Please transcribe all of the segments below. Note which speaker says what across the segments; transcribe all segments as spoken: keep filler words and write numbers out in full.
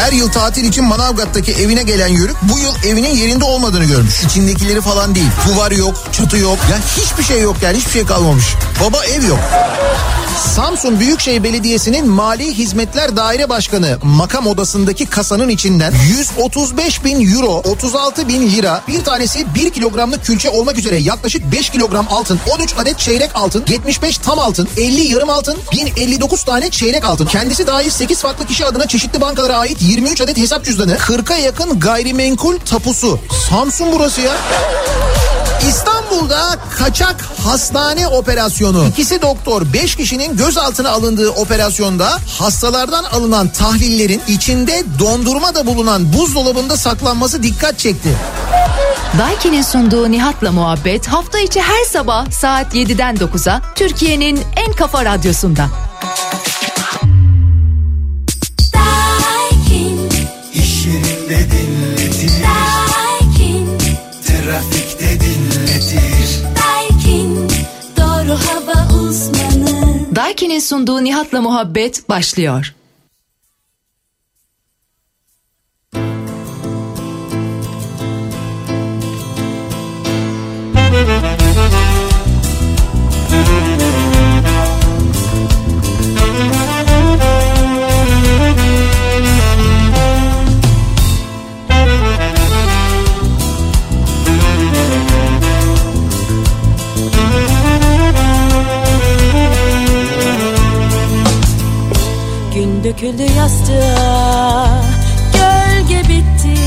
Speaker 1: Her yıl tatil için Manavgat'taki evine gelen Yörük bu yıl evinin yerinde olmadığını görmüş. İçindekileri falan değil. Duvar yok, çatı yok. Ya hiçbir şey yok yani, hiçbir şey kalmamış. Baba ev yok. Samsun Büyükşehir Belediyesi'nin Mali Hizmetler Daire Başkanı makam odasındaki kasanın içinden yüz otuz beş bin euro, otuz altı bin lira, bir tanesi bir kilogramlık külçe olmak üzere yaklaşık beş kilogram altın, on üç adet çeyrek altın, yetmiş beş tam altın, elli yarım altın, bin elli dokuz tane çeyrek altın. Kendisi dahil sekiz farklı kişi adına çeşitli bankalara ait yirmi üç adet hesap cüzdanı, kırka yakın gayrimenkul tapusu. Samsun burası ya. İstanbul'da kaçak hastane operasyonu. İkisi doktor, beş kişinin gözaltına alındığı operasyonda hastalardan alınan tahlillerin içinde dondurma da bulunan buzdolabında saklanması dikkat çekti.
Speaker 2: Daiki'nin sunduğu Nihat'la Muhabbet hafta içi her sabah saat yediden dokuza Türkiye'nin en kafa radyosunda.
Speaker 3: Daikin, iş yerinde dinletir. Daikin, trafikte dinletir. Daikin, doğru hava uzmanı.
Speaker 2: Daiki'nin sunduğu Nihat'la Muhabbet başlıyor.
Speaker 3: Gün döküldü yastığa, gölge bitti,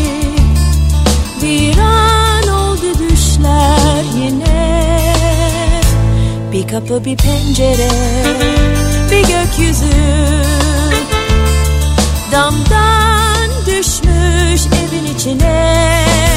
Speaker 3: bir an oldu düşler yine. Bir kapı, bir pencere, bir gökyüzü, damdan düşmüş evin içine.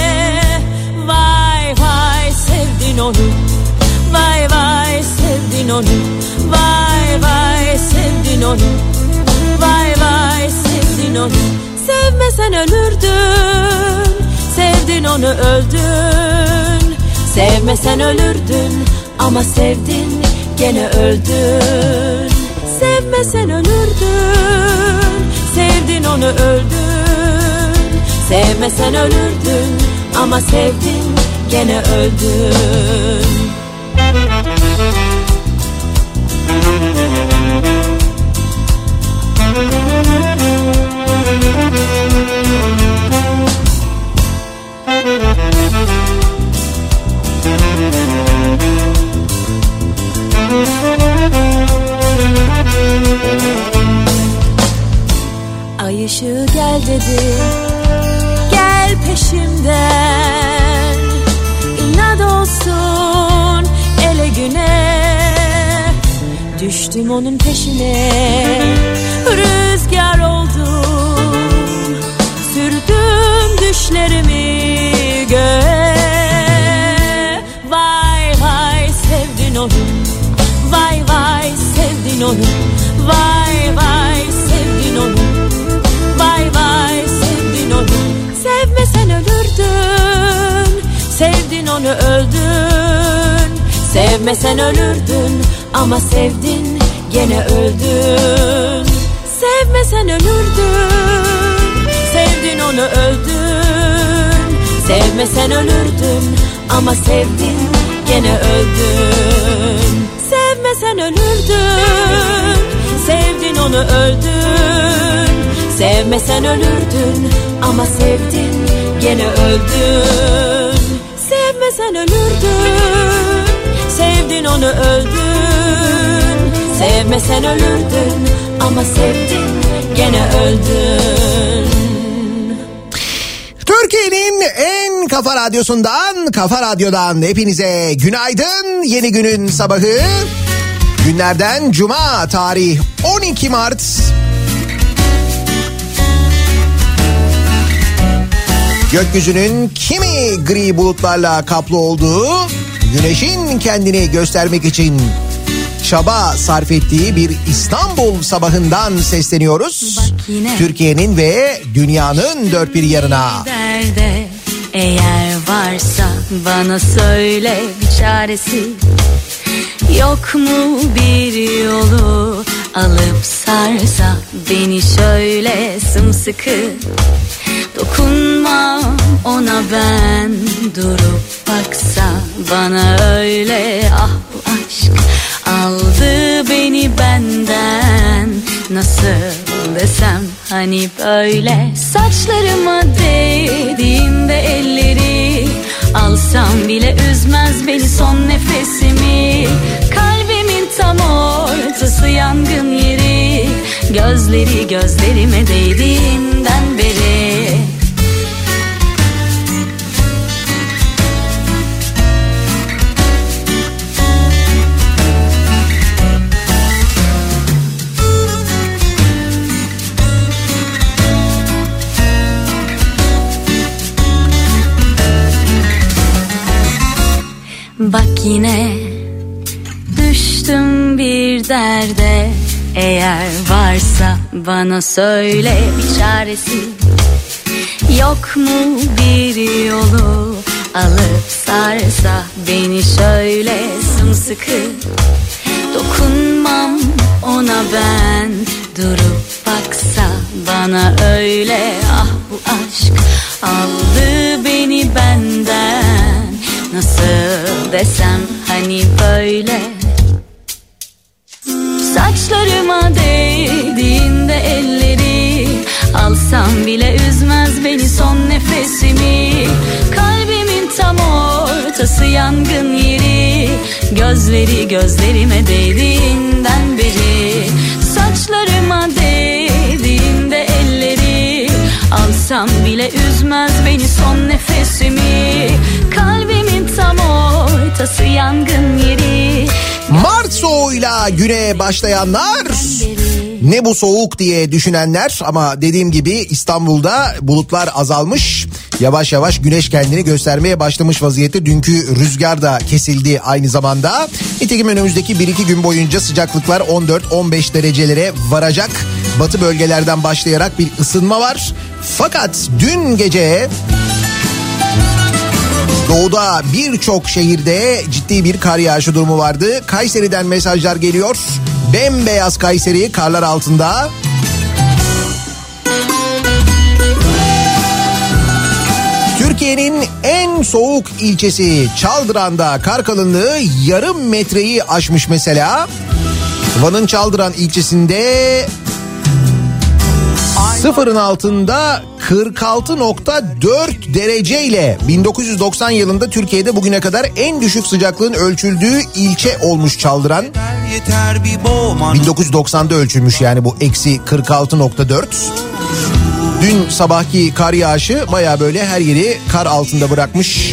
Speaker 3: Vay vay sevdin onu, vay vay sevdin onu, vay vay sevdin onu, vay vay sevdin onu. Sevmesen ölürdün, sevdin onu öldün. Sevmesen ölürdün ama sevdin gene öldün. Sevmesen ölürdün, sevdin onu öldün. Sevmesen ölürdün ama sevdin gene öldün. Ay ışığı gel dedi, gel peşimden. İnat olsun ele güne, düştüm onun peşine. Rüzgar oldum, sürdüm düşlerimi göğe. Vay vay sevdin onu, vay vay sevdin onu, vay vay sevdin onu, vay vay sevdin onu. Sevmesen ölürdün, sevdin onu öldün. Sevmesen ölürdün ama sevdin gene öldün. Sevmesen ölürdün, sevdin onu öldün. Sevmesen ölürdün ama sevdin gene öldün. Sevmesen ölürdün, sevdin onu öldün. Sevmesen ölürdün ama sevdin gene öldün. Sevmesen ölürdün, sevdin onu öldün. Sevmesen ölürdün ama sevdin gene öldün.
Speaker 1: Türkiye'nin en kafa radyosundan, Kafa Radyo'dan hepinize günaydın. Yeni günün sabahı, günlerden cuma, tarih on iki Mart. Gökyüzünün kimi gri bulutlarla kaplı olduğu, güneşin kendini göstermek için çaba sarf ettiği bir İstanbul sabahından sesleniyoruz. Türkiye'nin ve dünyanın dört bir yanına.
Speaker 4: Derde, eğer varsa bana söyle bir çaresi. Yok mu bir yolu alıp sarsa beni şöyle sımsıkı. Dokunmam ona ben, durup baksa bana öyle. Ah bu aşk aldı beni benden, nasıl desem hani böyle. Saçlarıma değdiğinde elleri, alsam bile üzmez beni son nefesimi. Kalbimin tam ortası yangın yeri, gözleri gözlerime değdiğinden beri. Bak yine düştüm bir derde, eğer varsa bana söyle bir çaresi. Yok mu bir yolu, alıp sarsa beni şöyle sımsıkı. Dokunmam ona ben, durup baksa bana öyle. Ah bu aşk aldı beni benden, nasıl desem hani böyle. Saçlarıma değdiğinde elleri, alsam bile üzmez beni son nefesimi. Kalbimin tam ortası yangın yeri, gözleri gözlerime değdiğinden beri. Saçlarıma değdiğinde elleri, alsam bile üzmez beni son nefesimi. Kalbimin tam ortası yangın yeri.
Speaker 1: Mart soğuğuyla güne başlayanlar, ne bu soğuk diye düşünenler, ama dediğim gibi İstanbul'da bulutlar azalmış. Yavaş yavaş güneş kendini göstermeye başlamış vaziyette. Dünkü rüzgar da kesildi aynı zamanda. Nitekim önümüzdeki bir iki gün boyunca sıcaklıklar on dört on beş derecelere varacak. Batı bölgelerden başlayarak bir ısınma var. Fakat dün gece doğuda birçok şehirde ciddi bir kar yağışı durumu vardı. Kayseri'den mesajlar geliyor. Bembeyaz Kayseri karlar altında. Türkiye'nin en soğuk ilçesi Çaldıran'da kar kalınlığı yarım metreyi aşmış mesela. Van'ın Çaldıran ilçesinde sıfırın altında kırk altı nokta dört dereceyle bin dokuz yüz doksan yılında Türkiye'de bugüne kadar en düşük sıcaklığın ölçüldüğü ilçe olmuş Çaldıran. bin dokuz yüz doksanda ölçülmüş yani bu eksi kırk altı nokta dört. Dün sabahki kar yağışı baya böyle her yeri kar altında bırakmış.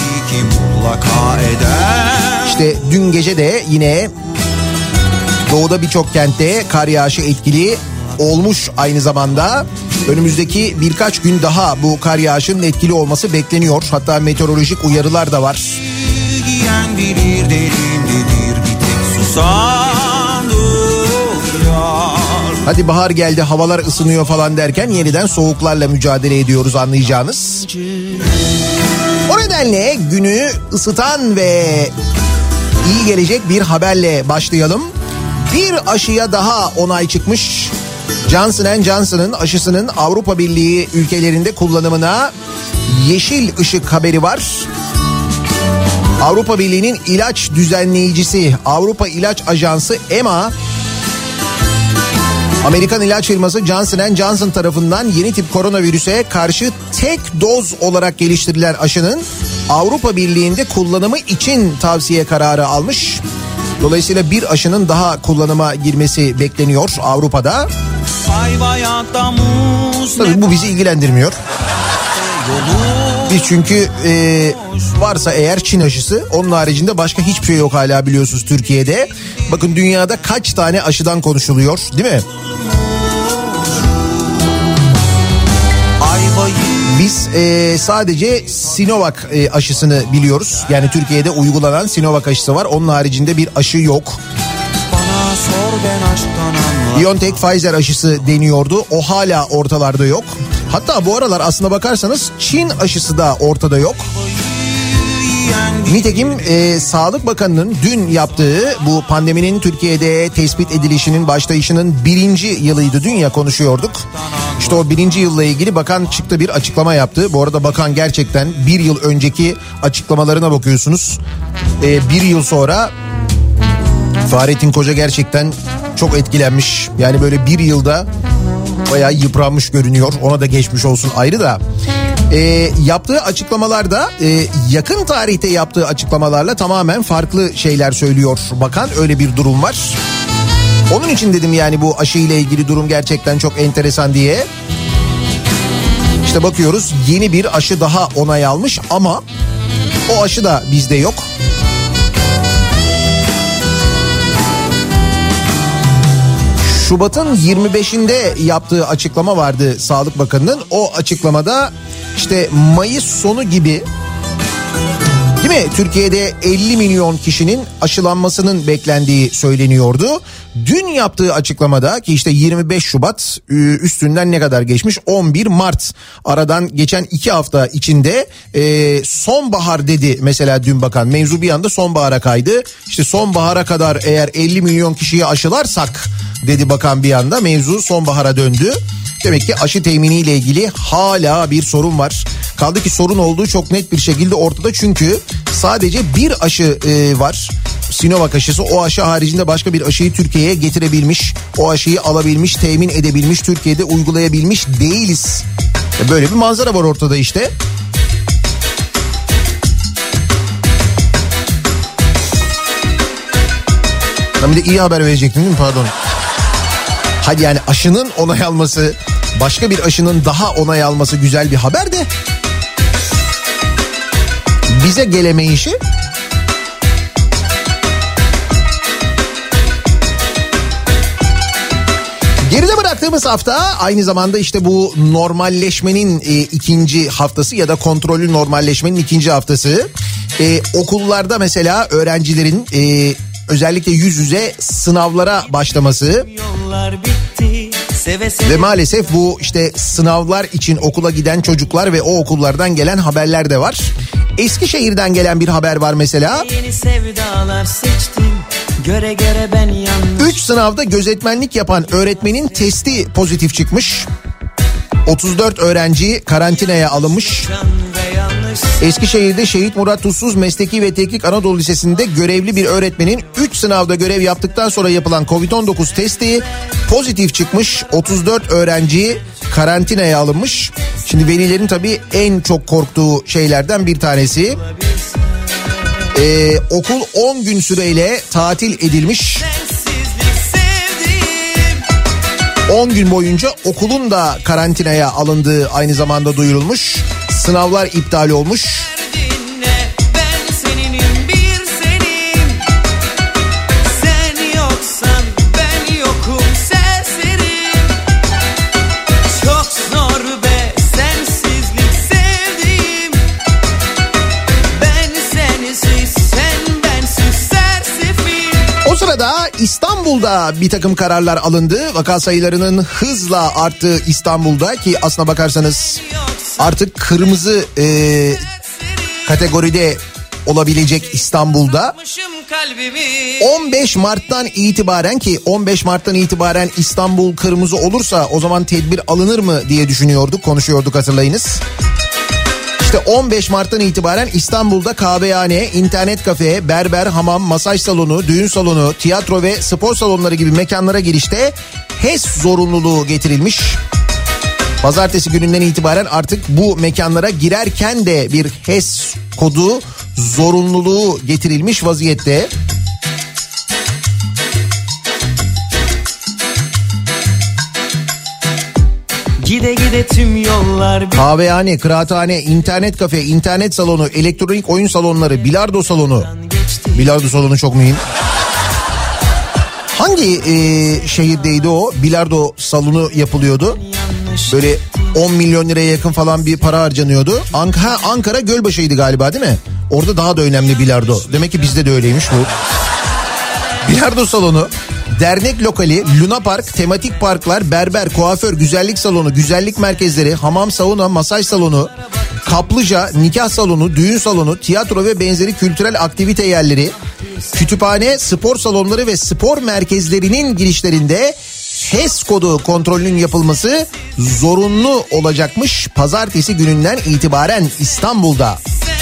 Speaker 1: İşte dün gece de yine doğuda birçok kentte kar yağışı etkili olmuş aynı zamanda. Önümüzdeki birkaç gün daha bu kar yağışının etkili olması bekleniyor. Hatta meteorolojik uyarılar da var. Giyen bilir derindedir bir tek susandır. Hadi bahar geldi, havalar ısınıyor falan derken yeniden soğuklarla mücadele ediyoruz anlayacağınız. O nedenle günü ısıtan ve iyi gelecek bir haberle başlayalım. Bir aşıya daha onay çıkmış. Johnson and Johnson'ın aşısının Avrupa Birliği ülkelerinde kullanımına yeşil ışık haberi var. Avrupa Birliği'nin ilaç düzenleyicisi Avrupa İlaç Ajansı E M A, Amerikan ilaç firması Johnson and Johnson tarafından yeni tip koronavirüse karşı tek doz olarak geliştirilen aşının Avrupa Birliği'nde kullanımı için tavsiye kararı almış. Dolayısıyla bir aşının daha kullanıma girmesi bekleniyor Avrupa'da. Tabii bu bizi ilgilendirmiyor. Biz çünkü e, varsa eğer Çin aşısı, onun haricinde başka hiçbir şey yok hala biliyorsunuz Türkiye'de. Bakın dünyada kaç tane aşıdan konuşuluyor, değil mi? Biz e, sadece Sinovac e, aşısını biliyoruz. Yani Türkiye'de uygulanan Sinovac aşısı var. Onun haricinde bir aşı yok. BioNTech Pfizer aşısı deniyordu. O hala ortalarda yok. Hatta bu aralar aslına bakarsanız Çin aşısı da ortada yok. Nitekim e, Sağlık Bakanı'nın dün yaptığı bu pandeminin Türkiye'de tespit edilişinin başlayışının birinci yılıydı. Dün ya konuşuyorduk. İşte o birinci yılla ilgili bakan çıktı, bir açıklama yaptı. Bu arada bakan gerçekten bir yıl önceki açıklamalarına bakıyorsunuz. E, bir yıl sonra Fahrettin Koca gerçekten çok etkilenmiş. Yani böyle bir yılda bayağı yıpranmış görünüyor. Ona da geçmiş olsun ayrı da. E, yaptığı açıklamalarda e, yakın tarihte yaptığı açıklamalarla tamamen farklı şeyler söylüyor bakan. Öyle bir durum var. Onun için dedim yani bu aşı ile ilgili durum gerçekten çok enteresan diye. İşte bakıyoruz yeni bir aşı daha onay almış ama o aşı da bizde yok. Şubat'ın yirmi beşinde yaptığı açıklama vardı Sağlık Bakanı'nın. O açıklamada işte Mayıs sonu gibi, değil mi? Türkiye'de elli milyon kişinin aşılanmasının beklendiği söyleniyordu. Dün yaptığı açıklamada ki işte yirmi beş Şubat üstünden ne kadar geçmiş? on bir Mart, aradan geçen iki hafta içinde e, sonbahar dedi mesela dün bakan. Mevzu bir anda sonbahara kaydı. İşte sonbahara kadar eğer elli milyon kişiyi aşılarsak dedi bakan, bir anda mevzu sonbahara döndü. Demek ki aşı teminiyle ilgili hala bir sorun var. Kaldı ki sorun olduğu çok net bir şekilde ortada, çünkü sadece bir aşı e, var. Sinovac aşısı. O aşı haricinde başka bir aşıyı Türkiye'ye getirebilmiş, o aşıyı alabilmiş, temin edebilmiş, Türkiye'de uygulayabilmiş değiliz. Böyle bir manzara var ortada işte. Ben bir de iyi haber verecektim değil mi? Pardon. Hadi yani aşının onay alması, başka bir aşının daha onay alması güzel bir haber de bize gelemeyişi. Geride bıraktığımız hafta aynı zamanda işte bu normalleşmenin e, ikinci haftası ya da kontrollü normalleşmenin ikinci haftası. E, okullarda mesela öğrencilerin e, özellikle yüz yüze sınavlara başlaması ve maalesef bu işte sınavlar için okula giden çocuklar ve o okullardan gelen haberler de var. Eskişehir'den gelen bir haber var mesela. Yeni sevdalar seçtim, göre göre ben yanlış. Üç sınavda gözetmenlik yapan öğretmenin testi pozitif çıkmış. otuz dört öğrenci karantinaya alınmış. Eskişehir'de Şehit Murat Tuzsuz Mesleki ve Teknik Anadolu Lisesi'nde görevli bir öğretmenin üç sınavda görev yaptıktan sonra yapılan kovid on dokuz testi pozitif çıkmış. otuz dört öğrenci karantinaya alınmış. Şimdi velilerin tabii en çok korktuğu şeylerden bir tanesi. Ee, okul on gün süreyle tatil edilmiş. on gün boyunca okulun da karantinaya alındığı aynı zamanda duyurulmuş. Sınavlar iptal olmuş. Sırada İstanbul'da bir takım kararlar alındı. Vaka sayılarının hızla arttığı İstanbul'da, ki aslına bakarsanız artık kırmızı e, kategoride olabilecek İstanbul'da on beş Mart'tan itibaren, ki on beş Mart'tan itibaren İstanbul kırmızı olursa o zaman tedbir alınır mı diye düşünüyorduk, konuşuyorduk, hatırlayınız. İşte on beş Mart'tan itibaren İstanbul'da kahvehane, internet kafe, berber, hamam, masaj salonu, düğün salonu, tiyatro ve spor salonları gibi mekanlara girişte H E S zorunluluğu getirilmiş. Pazartesi gününden itibaren artık bu mekanlara girerken de bir H E S kodu zorunluluğu getirilmiş vaziyette. Gide gide tüm yollar... Kahvehane, kıraathane, internet kafe, internet salonu, elektronik oyun salonları, bilardo salonu. Bilardo salonu çok mühim. Hangi e, şehirdeydi o? Bilardo salonu yapılıyordu. Böyle on milyon liraya yakın falan bir para harcanıyordu. Ankara, Ankara Gölbaşı'ydı galiba, değil mi? Orada daha da önemli bilardo. Demek ki bizde de öyleymiş bu. Bilardo salonu, dernek lokali, Luna Park, tematik parklar, berber, kuaför, güzellik salonu, güzellik merkezleri, hamam, sauna, masaj salonu, kaplıca, nikah salonu, düğün salonu, tiyatro ve benzeri kültürel aktivite yerleri, kütüphane, spor salonları ve spor merkezlerinin girişlerinde H E S kodu kontrolünün yapılması zorunlu olacakmış pazartesi gününden itibaren İstanbul'da.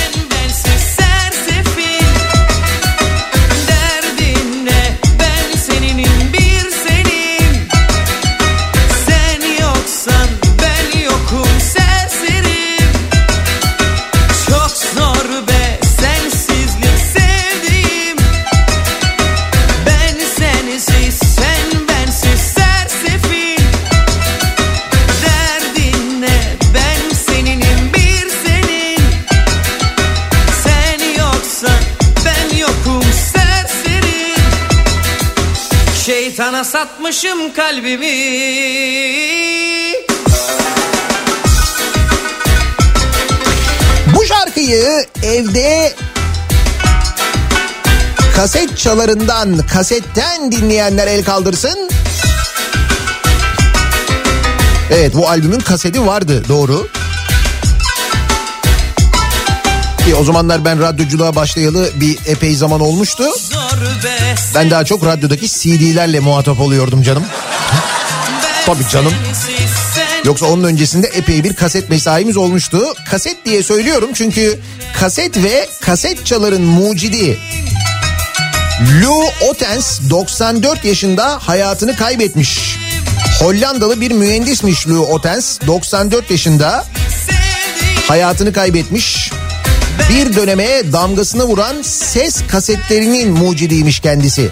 Speaker 5: Şeytana satmışım kalbimi.
Speaker 1: Bu şarkıyı evde kaset çalarından, kasetten dinleyenler el kaldırsın. Evet, bu albümün kaseti vardı, doğru. Ki o zamanlar ben radyoculuğa başlayalı bir epey zaman olmuştu. Ben daha çok radyodaki C D'lerle muhatap oluyordum canım. Tabii canım. Yoksa onun öncesinde epey bir kaset mesaimiz olmuştu. Kaset diye söylüyorum çünkü kaset ve kaset çaların mucidi Lou Ottens doksan dört yaşında hayatını kaybetmiş. Hollandalı bir mühendismiş Lou Ottens, doksan dört yaşında hayatını kaybetmiş. Bir döneme damgasını vuran ses kasetlerinin mucidiymiş kendisi.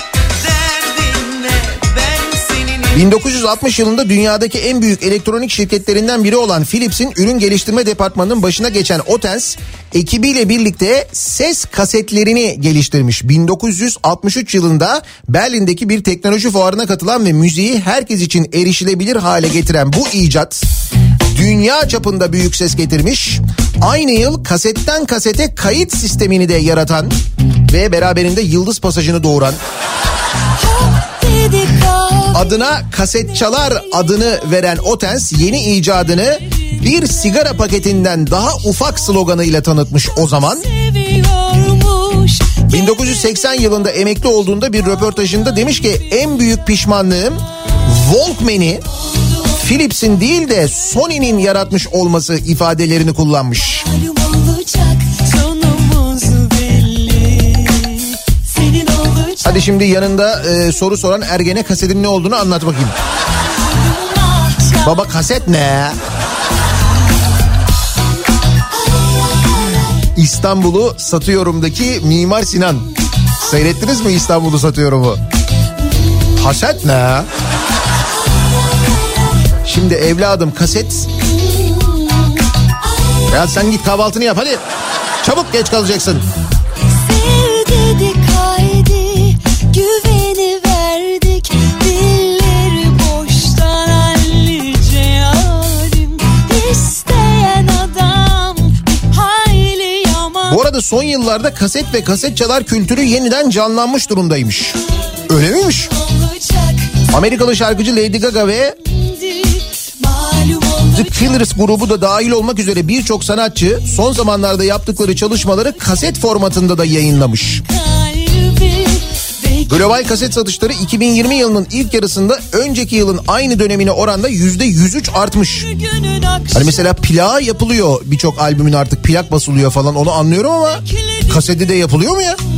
Speaker 1: bin dokuz yüz altmış yılında dünyadaki en büyük elektronik şirketlerinden biri olan Philips'in ürün geliştirme departmanının başına geçen Ottens ekibiyle birlikte ses kasetlerini geliştirmiş. bin dokuz yüz altmış üç yılında Berlin'deki bir teknoloji fuarına katılan ve müziği herkes için erişilebilir hale getiren bu icat dünya çapında büyük ses getirmiş. Aynı yıl kasetten kasete kayıt sistemini de yaratan ve beraberinde yıldız pasajını doğuran, adına kasetçalar adını veren Ottens yeni icadını bir sigara paketinden daha ufak sloganıyla tanıtmış o zaman. bin dokuz yüz seksen yılında emekli olduğunda bir röportajında demiş ki en büyük pişmanlığım Walkman'i Philips'in değil de Sony'nin yaratmış olması ifadelerini kullanmış. Hadi şimdi yanında e, soru soran ergene kasetin ne olduğunu anlat bakayım. Baba kaset ne? İstanbul'u Satıyorum'daki Mimar Sinan. Seyrettiniz mi İstanbul'u Satıyorum'u? Kaset ne? Şimdi evladım kaset. Ya sen git kahvaltını yap hadi. Çabuk, geç kalacaksın.
Speaker 6: Sevdik haydi, güveni verdik, dilleri boştan hallice yarim. İsteyen adam hayli yaman.
Speaker 1: Bu arada son yıllarda kaset ve kasetçalar kültürü yeniden canlanmış durumdaymış. Öyle miymiş? Amerikalı şarkıcı Lady Gaga ve The Killers grubu da dahil olmak üzere birçok sanatçı son zamanlarda yaptıkları çalışmaları kaset formatında da yayınlamış. Global kaset satışları iki bin yirmi yılının ilk yarısında önceki yılın aynı dönemine oranla yüzde yüz üç artmış. Hani mesela plak yapılıyor, birçok albümün artık plak basılıyor falan, onu anlıyorum ama kaseti de yapılıyor mu ya?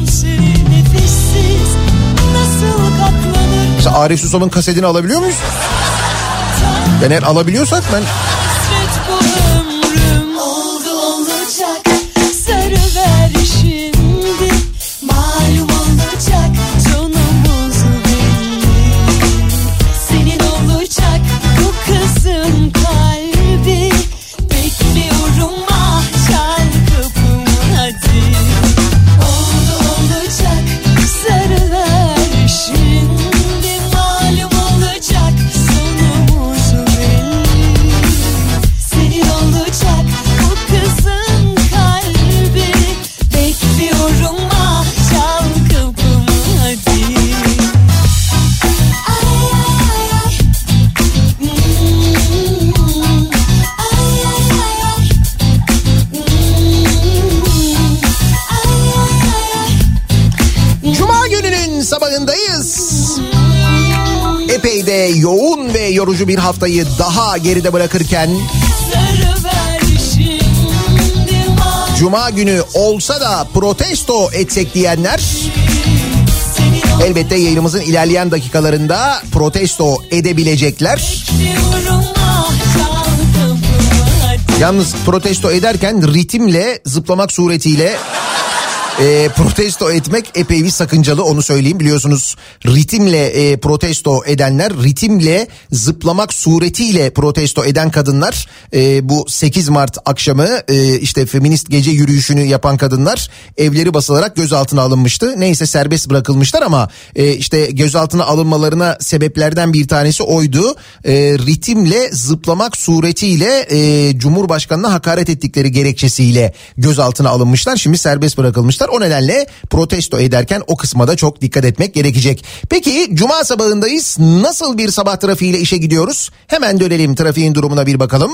Speaker 1: Mesela Arif Susam'ın kasetini alabiliyor muyuz? Yani eğer alabiliyorsak ben... yorucu bir haftayı daha geride bırakırken Cuma günü olsa da protesto etsek diyenler elbette yayınımızın ilerleyen dakikalarında protesto edebilecekler. Yalnız protesto ederken ritimle zıplamak suretiyle e, protesto etmek epey bir sakıncalı, onu söyleyeyim. Biliyorsunuz ritimle e, protesto edenler, ritimle zıplamak suretiyle protesto eden kadınlar, e, bu sekiz Mart akşamı e, işte feminist gece yürüyüşünü yapan kadınlar evleri basılarak gözaltına alınmıştı. Neyse serbest bırakılmışlar ama e, işte gözaltına alınmalarına sebeplerden bir tanesi oydu. E, ritimle zıplamak suretiyle e, Cumhurbaşkanı'na hakaret ettikleri gerekçesiyle gözaltına alınmışlar. Şimdi serbest bırakılmışlar. O nedenle protesto ederken o kısma da çok dikkat etmek gerekecek. Peki Cuma sabahındayız. Nasıl bir sabah trafiğiyle işe gidiyoruz? Hemen dönelim, trafiğin durumuna bir bakalım.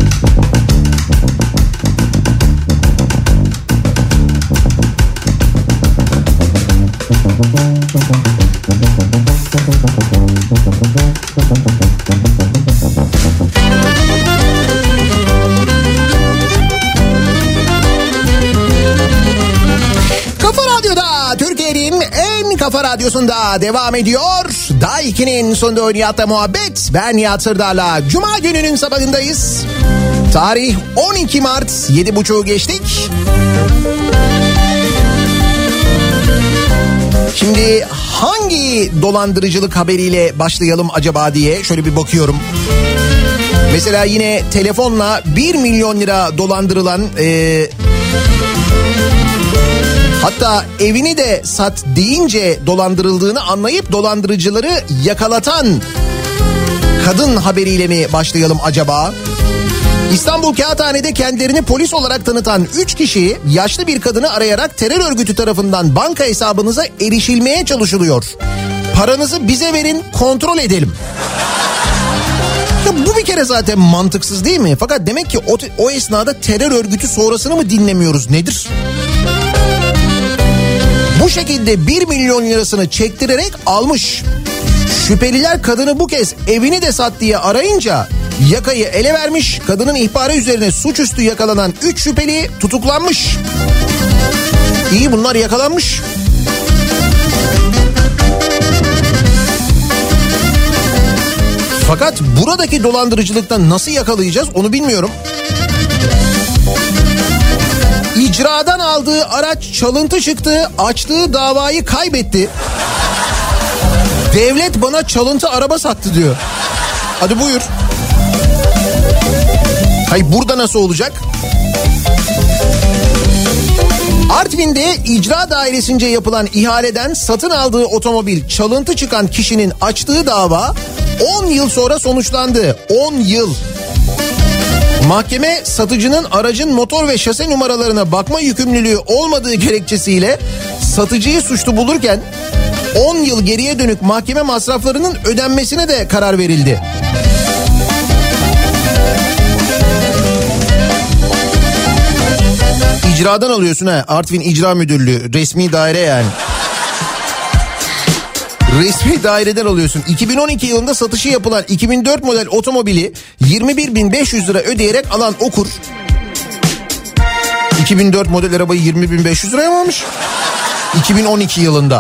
Speaker 1: Türkiye'nin en kafa radyosunda devam ediyor. Daiki'nin sunduğu Nihat'la muhabbet. Ben Nihat Sırdar'la Cuma gününün sabahındayız. Tarih on iki Mart, yedi buçuğu geçtik. Şimdi hangi dolandırıcılık haberiyle başlayalım acaba diye şöyle bir bakıyorum. Mesela yine telefonla bir milyon lira dolandırılan... Ee, Hatta evini de sat deyince dolandırıldığını anlayıp dolandırıcıları yakalatan kadın haberiyle mi başlayalım acaba? İstanbul Kağıthane'de kendilerini polis olarak tanıtan üç kişi yaşlı bir kadını arayarak terör örgütü tarafından banka hesabınıza erişilmeye çalışılıyor. Paranızı bize verin, kontrol edelim. Ya bu bir kere zaten mantıksız değil mi? Fakat demek ki o, o esnada terör örgütü sonrasını mı dinlemiyoruz, nedir? Bu şekilde bir milyon lirasını çektirerek almış. Şüpheliler kadını bu kez evini de sat diye arayınca yakayı ele vermiş. Kadının ihbarı üzerine suçüstü yakalanan üç şüpheli tutuklanmış. İyi, bunlar yakalanmış. Fakat buradaki dolandırıcılıktan nasıl yakalayacağız onu bilmiyorum. İcradan aldığı araç çalıntı çıktı, açtığı davayı kaybetti. Devlet bana çalıntı araba sattı diyor. Hadi buyur. Hayır, burada nasıl olacak? Artvin'de icra dairesince yapılan ihaleden satın aldığı otomobil çalıntı çıkan kişinin açtığı dava on yıl sonra sonuçlandı. on yıl. Mahkeme satıcının aracın motor ve şase numaralarına bakma yükümlülüğü olmadığı gerekçesiyle satıcıyı suçlu bulurken on yıl geriye dönük mahkeme masraflarının ödenmesine de karar verildi. İcradan alıyorsun ha, Artvin İcra Müdürlüğü, resmi daire yani. Resmi daireden alıyorsun. iki bin on iki yılında satışı yapılan iki bin dört model otomobili yirmi bir bin beş yüz lira ödeyerek alan Okur. iki bin dört model arabayı yirmi bin beş yüz liraya mı almış? iki bin on iki yılında.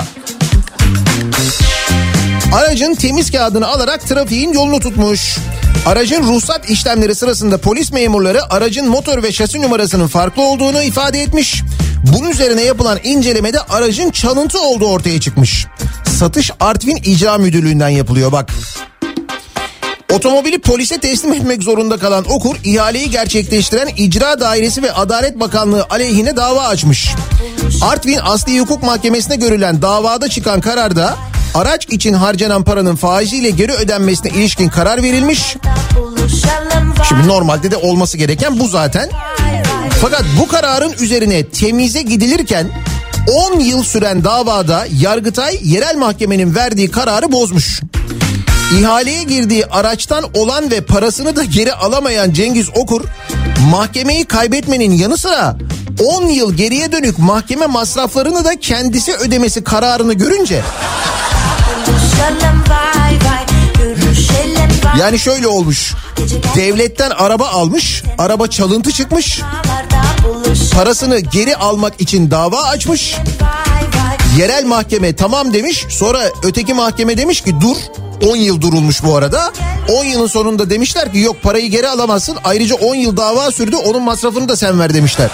Speaker 1: Aracın temiz kağıdını alarak trafiğin yolunu tutmuş. Aracın ruhsat işlemleri sırasında polis memurları aracın motor ve şasi numarasının farklı olduğunu ifade etmiş. Bunun üzerine yapılan incelemede aracın çalıntı olduğu ortaya çıkmış. Satış Artvin İcra Müdürlüğü'nden yapılıyor bak. Otomobili polise teslim etmek zorunda kalan Okur, ihaleyi gerçekleştiren İcra Dairesi ve Adalet Bakanlığı aleyhine dava açmış. Artvin Asliye Hukuk Mahkemesi'ne görülen davada çıkan kararda araç için harcanan paranın faiziyle geri ödenmesine ilişkin karar verilmiş. Şimdi normalde de olması gereken bu zaten. Fakat bu kararın üzerine temize gidilirken on yıl süren davada Yargıtay yerel mahkemenin verdiği kararı bozmuş. İhaleye girdiği araçtan olan ve parasını da geri alamayan Cengiz Okur, mahkemeyi kaybetmenin yanı sıra on yıl geriye dönük mahkeme masraflarını da kendisi ödemesi kararını görünce Yani şöyle olmuş. Devletten araba almış, araba çalıntı çıkmış. Parasını geri almak için dava açmış. Yerel mahkeme tamam demiş. Sonra öteki mahkeme demiş ki dur. on yıl durulmuş bu arada. on yılın sonunda demişler ki yok parayı geri alamazsın. Ayrıca on yıl dava sürdü, onun masrafını da sen ver demişler.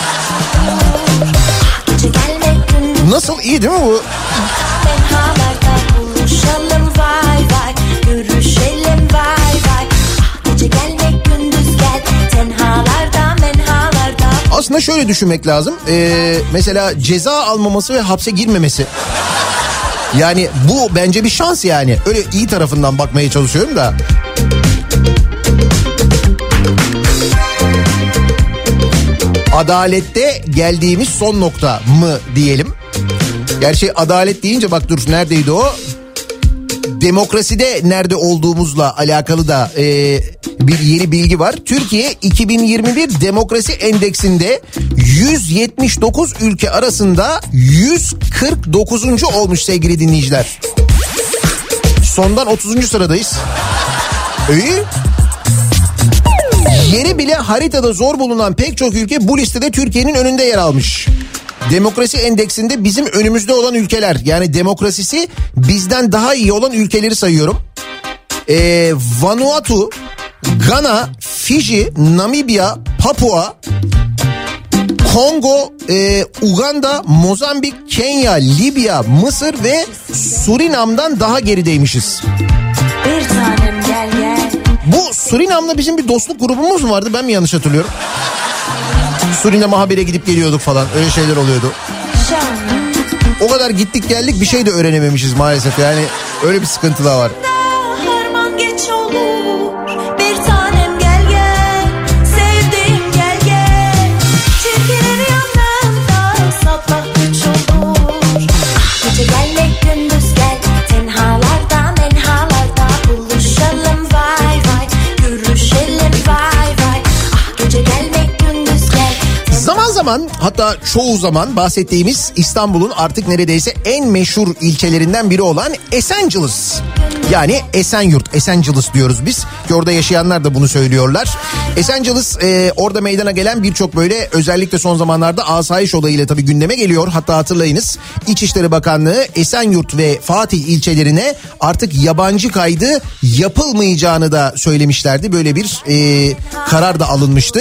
Speaker 1: Nasıl, iyi değil mi bu? Aslında şöyle düşünmek lazım. Ee, mesela ceza almaması ve hapse girmemesi. Yani bu bence bir şans yani. Öyle iyi tarafından bakmaya çalışıyorum da. Adalette geldiğimiz son nokta mı diyelim? Gerçi adalet deyince bak dur neredeydi o? Demokraside nerede olduğumuzla alakalı da e, bir yeni bilgi var. Türkiye iki bin yirmi bir Demokrasi Endeksinde yüz yetmiş dokuz ülke arasında yüz kırk dokuzuncu olmuş sevgili dinleyiciler. Sondan otuzuncu sıradayız. İyi. Yeri bile haritada zor bulunan pek çok ülke bu listede Türkiye'nin önünde yer almış. Demokrasi endeksinde bizim önümüzde olan ülkeler, yani demokrasisi bizden daha iyi olan ülkeleri sayıyorum. Ee, Vanuatu, Gana, Fiji, Namibya, Papua, Kongo, e, Uganda, Mozambik, Kenya, Libya, Mısır ve Surinam'dan daha gerideymişiz.
Speaker 6: Bir tanem gel gel.
Speaker 1: Bu Surinam'da bizim bir dostluk grubumuz mu vardı, ben mi yanlış hatırlıyorum? Surinam'a habire gidip geliyorduk falan, öyle şeyler oluyordu. O kadar gittik geldik bir şey de öğrenememişiz maalesef, yani öyle bir sıkıntı da var.
Speaker 6: Harman geç olur. Bir tanem gel gel. Sevdiğim gel gel. Çirkinleri yanımda sabah üç olur. Gece gelmek gündüz gel. Tenhalarda menhalarda buluşalım vay vay. Görüşelim vay vay. Ah gece gelmek gündüz gel.
Speaker 1: Zaman zaman, hatta çoğu zaman bahsettiğimiz İstanbul'un artık neredeyse en meşhur ilçelerinden biri olan Esenciles. Yani Esenyurt, Esenciles diyoruz biz. Ki orada yaşayanlar da bunu söylüyorlar. Esenciles e, orada meydana gelen birçok böyle, özellikle son zamanlarda asayiş olayıyla tabii gündeme geliyor. Hatta hatırlayınız, İçişleri Bakanlığı Esenyurt ve Fatih ilçelerine artık yabancı kaydı yapılmayacağını da söylemişlerdi. Böyle bir e, karar da alınmıştı.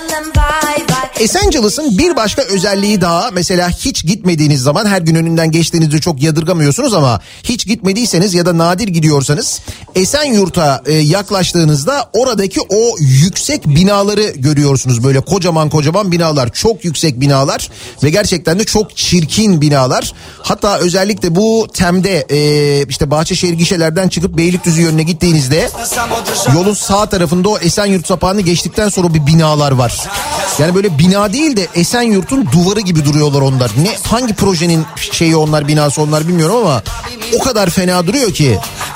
Speaker 1: Esenciles'ın bir başka özelliği daha, mesela hiç gitmediğiniz zaman, her gün önünden geçtiğinizde çok yadırgamıyorsunuz ama hiç gitmediyseniz ya da nadir gidiyorsanız Esenyurt'a e, yaklaştığınızda oradaki o yüksek binaları görüyorsunuz. Böyle kocaman kocaman binalar, çok yüksek binalar ve gerçekten de çok çirkin binalar. Hatta özellikle bu Tem'de e, işte Bahçeşehir gişelerden çıkıp Beylikdüzü yönüne gittiğinizde yolun sağ tarafında o Esenyurt sapağını geçtikten sonra bir binalar var. Yani böyle bina değil de Esenyurt'un duvarı gibi duruyorlar onlar. Ne, hangi projenin şeyi onlar, binası onlar bilmiyorum ama o kadar fena duruyor ki.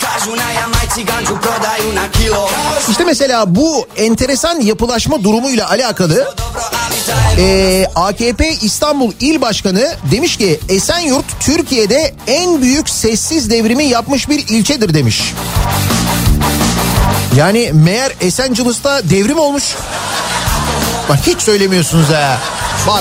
Speaker 1: İşte mesela bu enteresan yapılaşma durumuyla alakalı e, A K P İstanbul İl Başkanı demiş ki Esenyurt Türkiye'de en büyük sessiz devrimi yapmış bir ilçedir demiş. Yani meğer Esenciles'ta devrim olmuş. Bak hiç söylemiyorsunuz ha. Bak.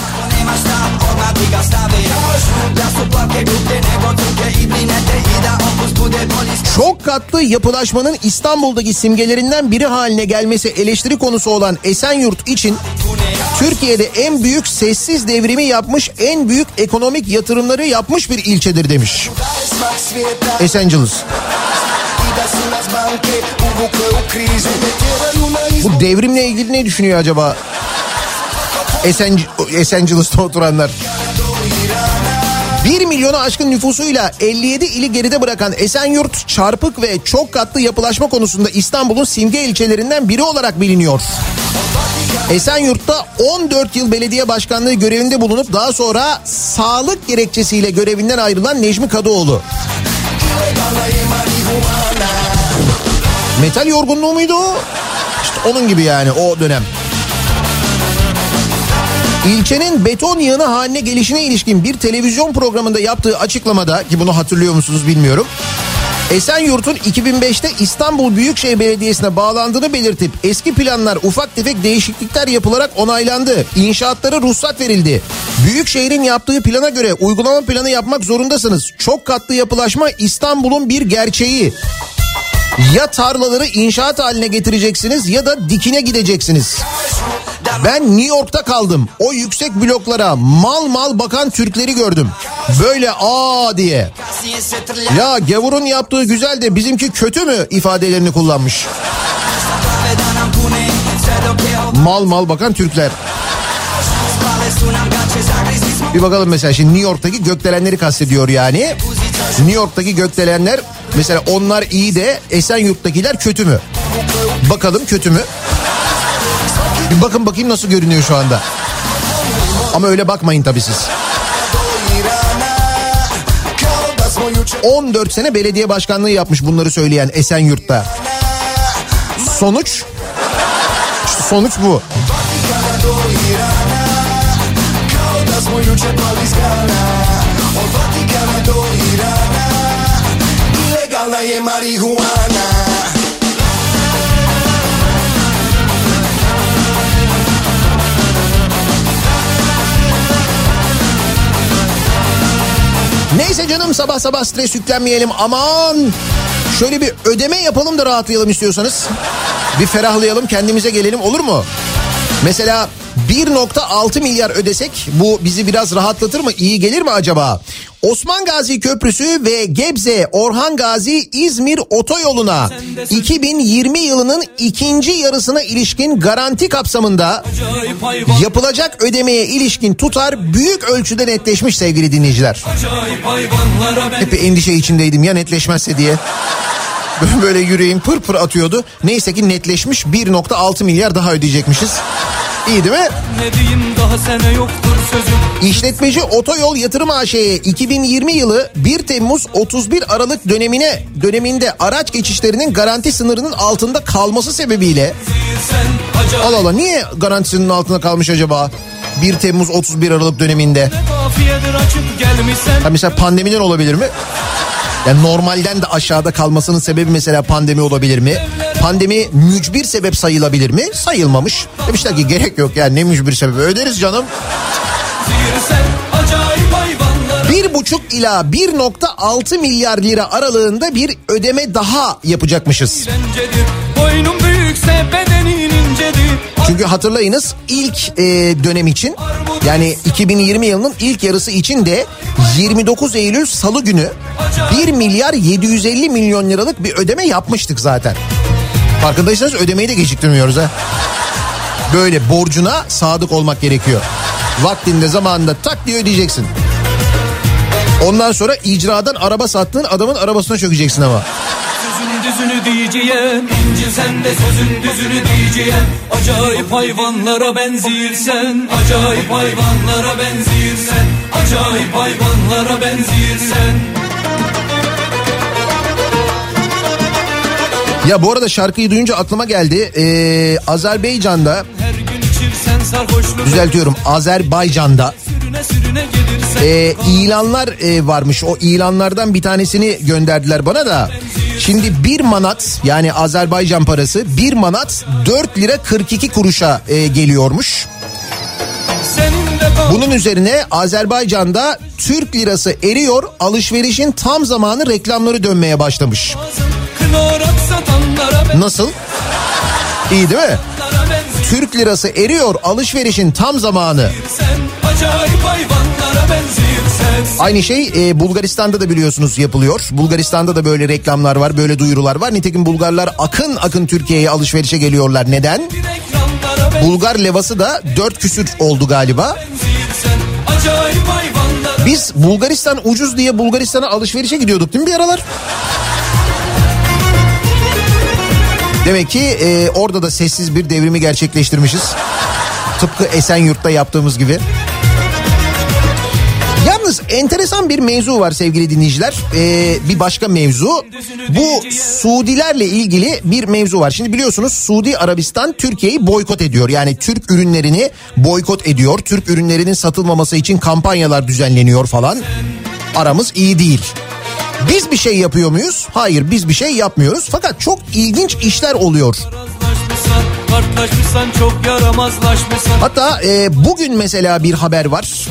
Speaker 1: Çok katlı yapılaşmanın İstanbul'daki simgelerinden biri haline gelmesi eleştiri konusu olan Esenyurt için Türkiye'de en büyük sessiz devrimi yapmış, en büyük ekonomik yatırımları yapmış bir ilçedir demiş Esenciles. Bu devrimle ilgili ne düşünüyor acaba Esen, Esenciles'ta oturanlar? bir milyonu aşkın nüfusuyla elli yedi ili geride bırakan Esenyurt, çarpık ve çok katlı yapılaşma konusunda İstanbul'un simge ilçelerinden biri olarak biliniyor. Esenyurt'ta on dört yıl belediye başkanlığı görevinde bulunup daha sonra sağlık gerekçesiyle görevinden ayrılan Necmi Kadıoğlu. Metal yorgunluğu muydu o? İşte onun gibi yani o dönem. İlçenin beton yığını haline gelişine ilişkin bir televizyon programında yaptığı açıklamada, ki bunu hatırlıyor musunuz bilmiyorum. Esenyurt'un iki bin beşte İstanbul Büyükşehir Belediyesi'ne bağlandığını belirtip eski planlar ufak tefek değişiklikler yapılarak onaylandı. İnşaatlara ruhsat verildi. Büyükşehir'in yaptığı plana göre uygulama planı yapmak zorundasınız. Çok katlı yapılaşma İstanbul'un bir gerçeği. Ya tarlaları inşaat haline getireceksiniz ya da dikine gideceksiniz. Ben New York'ta kaldım. O yüksek bloklara mal mal bakan Türkleri gördüm. Böyle aa diye. Ya gavurun yaptığı güzel de bizimki kötü mü ifadelerini kullanmış. Mal mal bakan Türkler. Bir bakalım mesela şimdi New York'taki gökdelenleri kastediyor yani. New York'taki gökdelenler mesela onlar iyi de Esenyurt'takiler kötü mü? Bakalım kötü mü? Bir bakın bakayım nasıl görünüyor şu anda. Ama öyle bakmayın tabii siz. on dört sene belediye başkanlığı yapmış bunları söyleyen Esenyurt'ta. Sonuç? İşte sonuç bu. Neyse canım sabah sabah stres yüklenmeyelim aman. Şöyle bir ödeme yapalım da rahatlayalım istiyorsanız. Bir ferahlayalım kendimize gelelim olur mu? Mesela bir nokta altı milyar ödesek bu bizi biraz rahatlatır mı? İyi gelir mi acaba? Osman Gazi Köprüsü ve Gebze Orhan Gazi İzmir otoyoluna iki bin yirmi yılının ikinci yarısına ilişkin garanti kapsamında yapılacak ödemeye ilişkin tutar büyük ölçüde netleşmiş sevgili dinleyiciler. Hep bir endişe içindeydim ya netleşmezse diye. Böyle yüreğim pır pır atıyordu. Neyse ki netleşmiş, bir nokta altı milyar daha ödeyecekmişiz. İyi değil mi? Ne diyeyim, daha sene yoktur sözüm. İşletmeci Otoyol Yatırım A Ş'ye iki bin yirmi yılı bir Temmuz otuz bir Aralık dönemine döneminde araç geçişlerinin garanti sınırının altında kalması sebebiyle Allah Allah niye garantisinin altında kalmış acaba? bir Temmuz otuz bir Aralık döneminde. Ha mesela pandemiden olabilir mi? Yani normalden de aşağıda kalmasının sebebi mesela pandemi olabilir mi? Pandemi mücbir sebep sayılabilir mi? Sayılmamış. Demişler ki gerek yok yani ne mücbir sebebi öderiz canım. Bir buçuk ila bir nokta altı milyar lira aralığında bir ödeme daha yapacakmışız. Çünkü hatırlayınız ilk e, dönem için yani iki bin yirmi yılının ilk yarısı için de yirmi dokuz Eylül Salı günü bir milyar yedi yüz elli milyon liralık bir ödeme yapmıştık zaten. Farkındaysanız ödemeyi de geciktirmiyoruz ha. Böyle borcuna sadık olmak gerekiyor. Vaktinde zamanında tak diye ödeyeceksin. Ondan sonra icradan araba sattığın adamın arabasına çökeceksin ama. Düzünü diyeceğim, inci sen de sözün düzünü diyeceğim. Acayip hayvanlara benzirsen, acayip hayvanlara benzirsen, acayip hayvanlara benzirsen. Ya bu arada şarkıyı duyunca aklıma geldi. Ee, Azerbaycan'da, düzeltiyorum Azerbaycan'da e, ilanlar e, varmış. O ilanlardan bir tanesini gönderdiler bana da. Şimdi bir manat yani Azerbaycan parası bir manat dört lira kırk iki kuruşa e, geliyormuş. Bunun üzerine Azerbaycan'da Türk lirası eriyor, alışverişin tam zamanı reklamları dönmeye başlamış. Nasıl? İyi değil mi? Türk lirası eriyor, alışverişin tam zamanı. Aynı şey e, Bulgaristan'da da biliyorsunuz yapılıyor. Bulgaristan'da da böyle reklamlar var, böyle duyurular var. Nitekim Bulgarlar akın akın Türkiye'ye alışverişe geliyorlar. Neden? Bulgar levası da dört küsür oldu galiba. Biz Bulgaristan ucuz diye Bulgaristan'a alışverişe gidiyorduk değil mi bir aralar? Demek ki e, orada da sessiz bir devrimi gerçekleştirmişiz. Tıpkı Esenyurt'ta yaptığımız gibi. Yalnız enteresan bir mevzu var sevgili dinleyiciler. Ee, bir başka mevzu. Bu Suudilerle ilgili bir mevzu var. Şimdi biliyorsunuz Suudi Arabistan Türkiye'yi boykot ediyor. Yani Türk ürünlerini boykot ediyor. Türk ürünlerinin satılmaması için kampanyalar düzenleniyor falan. Aramız iyi değil. Biz bir şey yapıyor muyuz? Hayır, biz bir şey yapmıyoruz. Fakat çok ilginç işler oluyor.
Speaker 7: Çok
Speaker 1: hatta e, bugün mesela bir haber var.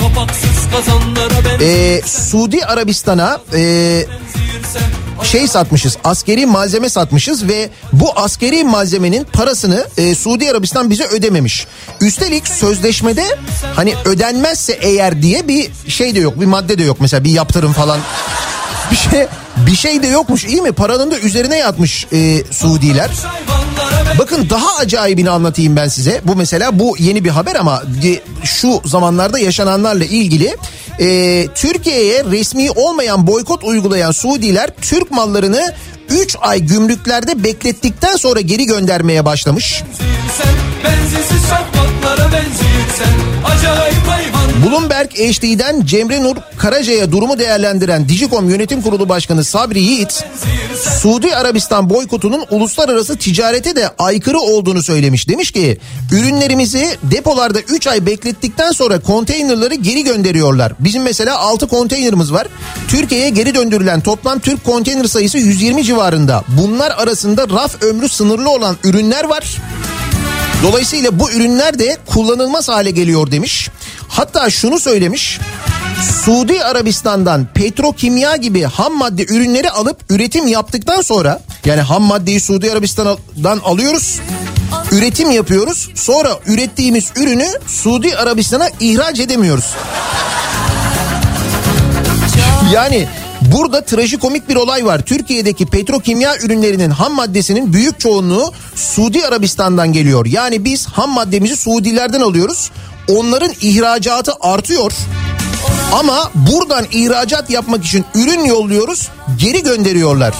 Speaker 1: E, Suudi Arabistan'a e, şey satmışız, askeri malzeme satmışız ve bu askeri malzemenin parasını e, Suudi Arabistan bize ödememiş. Üstelik sözleşmede hani ödenmezse eğer diye bir şey de yok, bir madde de yok, mesela bir yaptırım falan bir şey bir şey de yokmuş, iyi mi? Paranın da üzerine yatmış e, Suudiler. Bakın daha acayibini anlatayım ben size. Bu mesela bu yeni bir haber ama şu zamanlarda yaşananlarla ilgili. Ee, Türkiye'ye resmi olmayan boykot uygulayan Suudiler Türk mallarını üç ay gümrüklerde beklettikten sonra geri göndermeye başlamış. Bloomberg H D'den Cemre Nur Karaca'ya durumu değerlendiren Digicom Yönetim Kurulu Başkanı Sabri Yiğit, Suudi Arabistan boykotunun uluslararası ticarete de aykırı olduğunu söylemiş. Demiş ki ürünlerimizi depolarda üç ay beklettikten sonra konteynerları geri gönderiyorlar. Bizim mesela altı konteynerimiz var. Türkiye'ye geri döndürülen toplam Türk konteyner sayısı yüz yirmi civarında. Bunlar arasında raf ömrü sınırlı olan ürünler var. Dolayısıyla bu ürünler de kullanılmaz hale geliyor demiş. Hatta şunu söylemiş. Suudi Arabistan'dan petrokimya gibi ham madde ürünleri alıp üretim yaptıktan sonra, yani ham maddeyi Suudi Arabistan'dan alıyoruz, üretim yapıyoruz. Sonra ürettiğimiz ürünü Suudi Arabistan'a ihraç edemiyoruz. Yani burada trajikomik bir olay var. Türkiye'deki petrokimya ürünlerinin ham maddesinin büyük çoğunluğu Suudi Arabistan'dan geliyor. Yani biz ham maddemizi Suudilerden alıyoruz. Onların ihracatı artıyor. Ama buradan ihracat yapmak için ürün yolluyoruz, geri gönderiyorlar.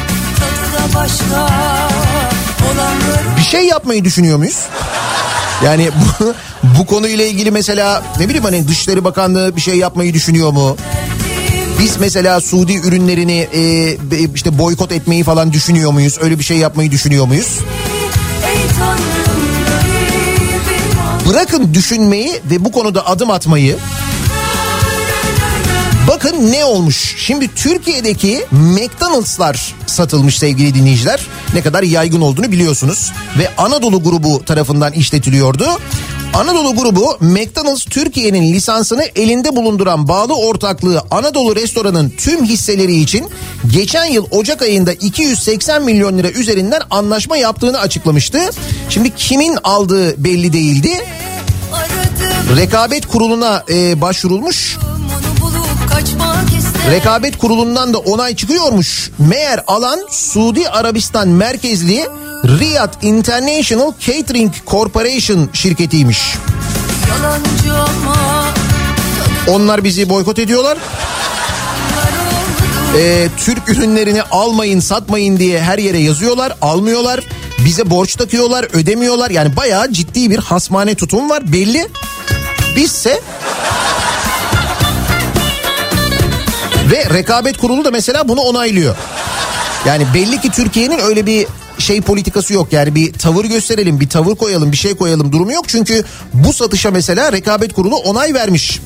Speaker 1: Bir şey yapmayı düşünüyor muyuz? Yani bu, bu konuyla ilgili mesela ne bileyim hani Dışişleri Bakanlığı bir şey yapmayı düşünüyor mu? Biz mesela Suudi ürünlerini e, işte boykot etmeyi falan düşünüyor muyuz? Öyle bir şey yapmayı düşünüyor muyuz? Bırakın düşünmeyi ve bu konuda adım atmayı. Bakın ne olmuş. Şimdi Türkiye'deki McDonald'slar satılmış sevgili dinleyiciler. Ne kadar yaygın olduğunu biliyorsunuz. Ve Anadolu grubu tarafından işletiliyordu. Anadolu grubu McDonald's Türkiye'nin lisansını elinde bulunduran bağlı ortaklığı Anadolu Restoran'ın tüm hisseleri için geçen yıl Ocak ayında iki yüz seksen milyon lira üzerinden anlaşma yaptığını açıklamıştı. Şimdi kimin aldığı belli değildi. Rekabet Kurulu'na e, başvurulmuş. Rekabet Kurulu'ndan da onay çıkıyormuş. Meğer alan Suudi Arabistan merkezli Riyadh International Catering Corporation şirketiymiş. Onlar bizi boykot ediyorlar. Ee, Türk ürünlerini almayın, satmayın diye her yere yazıyorlar, almıyorlar. Bize borç takıyorlar, ödemiyorlar. Yani bayağı ciddi bir hasmane tutum var belli. Bizse... Ve Rekabet Kurulu da mesela bunu onaylıyor. Yani belli ki Türkiye'nin öyle bir şey politikası yok. Yani bir tavır gösterelim, bir tavır koyalım, bir şey koyalım durumu yok. Çünkü bu satışa mesela Rekabet Kurulu onay vermiş.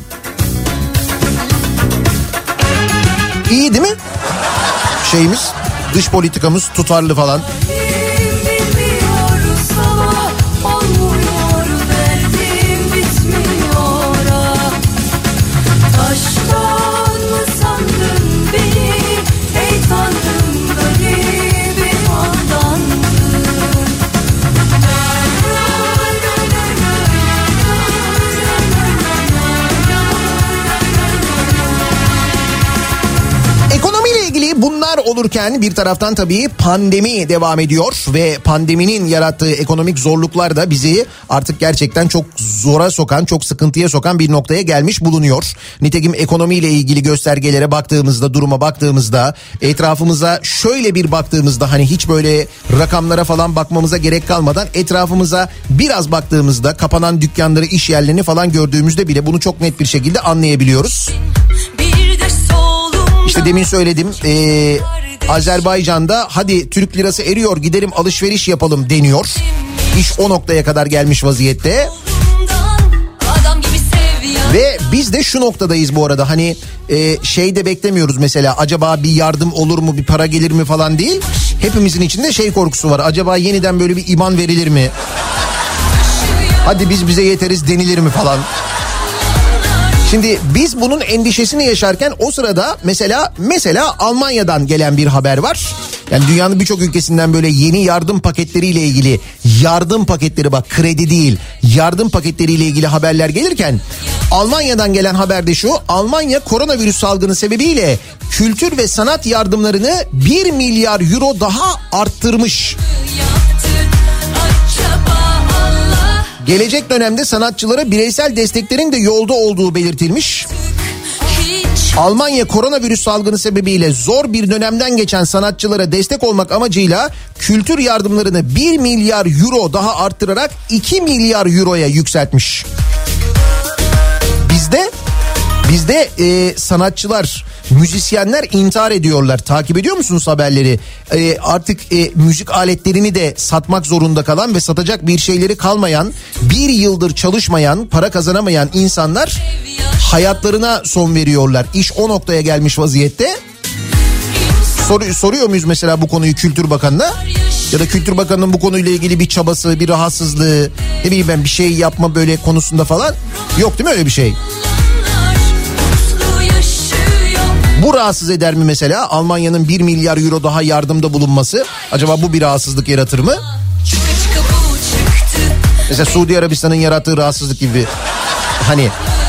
Speaker 1: İyi değil mi? Şeyimiz, dış politikamız tutarlı falan. Bunlar olurken bir taraftan tabii pandemi devam ediyor ve pandeminin yarattığı ekonomik zorluklar da bizi artık gerçekten çok zora sokan, çok sıkıntıya sokan bir noktaya gelmiş bulunuyor. Nitekim ekonomiyle ilgili göstergelere baktığımızda, duruma baktığımızda, etrafımıza şöyle bir baktığımızda, hani hiç böyle rakamlara falan bakmamıza gerek kalmadan etrafımıza biraz baktığımızda, kapanan dükkanları, iş yerlerini falan gördüğümüzde bile bunu çok net bir şekilde anlayabiliyoruz. İşte demin söyledim, ee, Azerbaycan'da hadi Türk lirası eriyor, gidelim alışveriş yapalım deniyor. İş o noktaya kadar gelmiş vaziyette. Ve biz de şu noktadayız bu arada, hani e, şey de beklemiyoruz mesela, acaba bir yardım olur mu, bir para gelir mi falan değil. Hepimizin içinde şey korkusu var, acaba yeniden böyle bir iman verilir mi? Hadi biz bize yeteriz denilir mi falan. Şimdi biz bunun endişesini yaşarken o sırada mesela mesela Almanya'dan gelen bir haber var. Yani dünyanın birçok ülkesinden böyle yeni yardım paketleriyle ilgili, yardım paketleri, bak kredi değil, yardım paketleriyle ilgili haberler gelirken Almanya'dan gelen haber de şu: Almanya koronavirüs salgını sebebiyle kültür ve sanat yardımlarını bir milyar euro daha arttırmış. Gelecek dönemde sanatçılara bireysel desteklerin de yolda olduğu belirtilmiş. Almanya koronavirüs salgını sebebiyle zor bir dönemden geçen sanatçılara destek olmak amacıyla kültür yardımlarını bir milyar euro daha arttırarak iki milyar euroya yükseltmiş. Bizde bizde e, sanatçılar, müzisyenler intihar ediyorlar. Takip ediyor musunuz haberleri? E, artık e, müzik aletlerini de satmak zorunda kalan ve satacak bir şeyleri kalmayan, bir yıldır çalışmayan, para kazanamayan insanlar hayatlarına son veriyorlar. İş o noktaya gelmiş vaziyette. Sor, soruyor muyuz mesela bu konuyu Kültür Bakanı'na? Ya da Kültür Bakanı'nın bu konuyla ilgili bir çabası, bir rahatsızlığı, ne bileyim ben, bir şey yapma böyle konusunda falan yok değil mi öyle bir şey? Bu rahatsız eder mi mesela Almanya'nın bir milyar euro daha yardımda bulunması? Acaba bu bir rahatsızlık yaratır mı? Mesela Suudi Arabistan'ın yarattığı rahatsızlık gibi. Hani...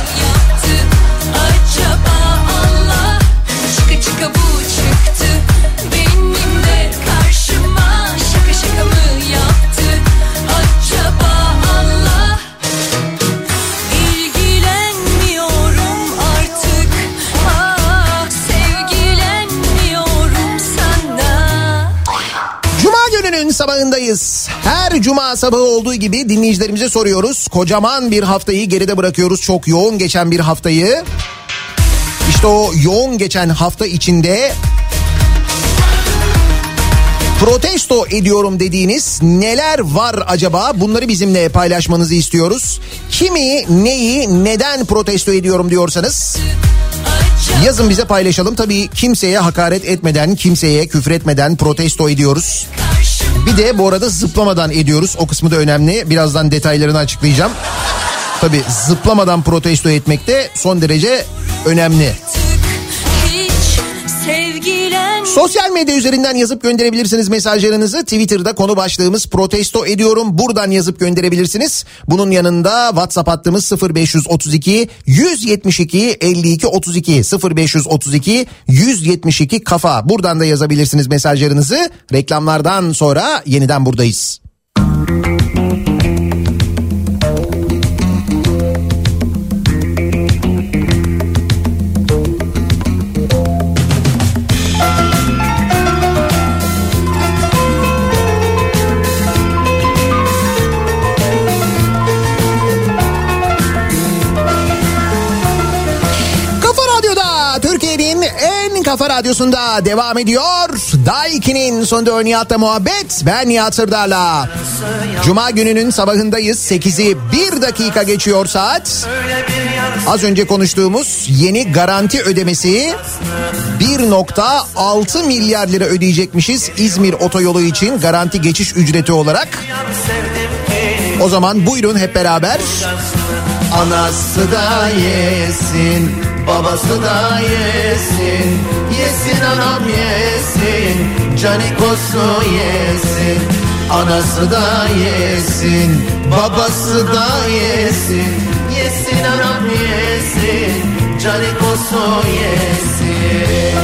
Speaker 1: sabahındayız. Her cuma sabahı olduğu gibi dinleyicilerimize soruyoruz. Kocaman bir haftayı geride bırakıyoruz. Çok yoğun geçen bir haftayı. İşte o yoğun geçen hafta içinde protesto ediyorum dediğiniz neler var acaba? Bunları bizimle paylaşmanızı istiyoruz. Kimi, neyi, neden protesto ediyorum diyorsanız yazın bize, paylaşalım. Tabii kimseye hakaret etmeden, kimseye küfür etmeden protesto ediyoruz. Bir de bu arada zıplamadan ediyoruz. O kısmı da önemli. Birazdan detaylarını açıklayacağım. Tabii zıplamadan protesto etmek de son derece önemli. Sosyal medya üzerinden yazıp gönderebilirsiniz mesajlarınızı. Twitter'da konu başlığımız protesto ediyorum. Buradan yazıp gönderebilirsiniz. Bunun yanında WhatsApp hattımız sıfır beş otuz iki yüz yetmiş iki elli iki otuz iki sıfır beş otuz iki yüz yetmiş iki kafa. Buradan da yazabilirsiniz mesajlarınızı. Reklamlardan sonra yeniden buradayız. Kafa Radyosu'nda devam ediyor. Daiki'nin sonunda Nihat'la muhabbet. Ben Nihat Sırdar'la. Cuma gününün sabahındayız. sekizi bir dakika geçiyor saat. Az önce konuştuğumuz yeni garanti ödemesi bir nokta altı milyar lira ödeyecekmişiz İzmir otoyolu için garanti geçiş ücreti olarak. O zaman buyurun hep beraber. Anası da yesin, babası da yesin, yesin anam yesin, canikosu yesin. Anası da yesin, babası da yesin, yesin anam yesin, canikosu yesin.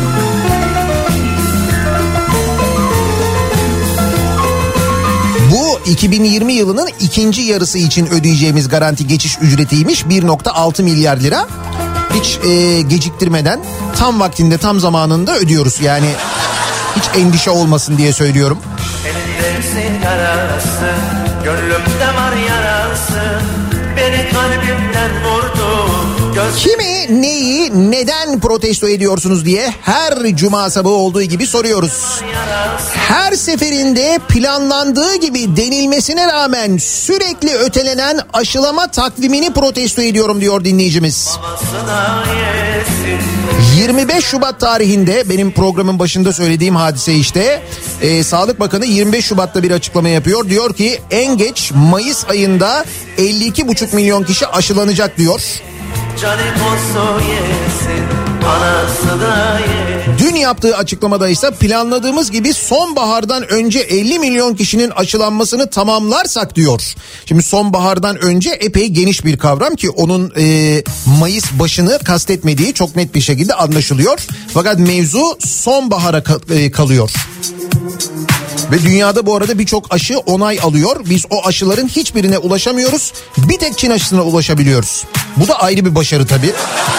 Speaker 1: Bu iki bin yirmi yılının ikinci yarısı için ödeyeceğimiz garanti geçiş ücretiymiş, bir nokta altı milyar lira. Hiç e, geciktirmeden tam vaktinde, tam zamanında ödüyoruz. Yani hiç endişe olmasın diye söylüyorum. Ellerimsin yarası, gönlümde var yarası, beni kalbimden vurdu, göz Kimi, neyi, neden protesto ediyorsunuz diye her cuma sabahı olduğu gibi soruyoruz. Her seferinde planlandığı gibi denilmesine rağmen sürekli ötelenen aşılama takvimini protesto ediyorum diyor dinleyicimiz. yirmi beş Şubat tarihinde benim programın başında söylediğim hadise işte. Ee, Sağlık Bakanı yirmi beş Şubat'ta bir açıklama yapıyor. Diyor ki en geç Mayıs ayında elli iki buçuk milyon kişi aşılanacak diyor. Dün yaptığı açıklamada ise planladığımız gibi sonbahardan önce elli milyon kişinin aşılanmasını tamamlarsak diyor. Şimdi sonbahardan önce epey geniş bir kavram ki onun e, Mayıs başını kastetmediği çok net bir şekilde anlaşılıyor. Fakat mevzu sonbahara e, kalıyor. Ve dünyada bu arada birçok aşı onay alıyor. Biz o aşıların hiçbirine ulaşamıyoruz. Bir tek Çin aşısına ulaşabiliyoruz. Bu da ayrı bir başarı tabii.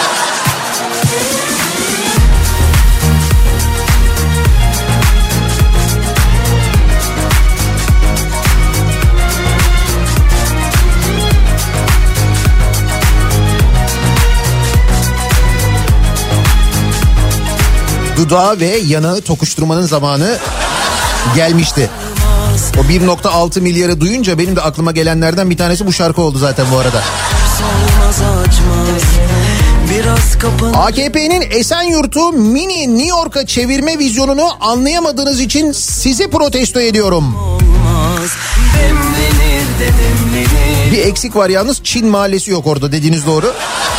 Speaker 1: Dudağı ve yanağı tokuşturmanın zamanı gelmişti. O bir nokta altı milyarı duyunca benim de aklıma gelenlerden bir tanesi bu şarkı oldu zaten bu arada. A K P'nin Esenyurt'u mini New York'a çevirme vizyonunu anlayamadığınız için sizi protesto ediyorum. Bir eksik var yalnız, Çin mahallesi yok orada, dediğiniz doğru.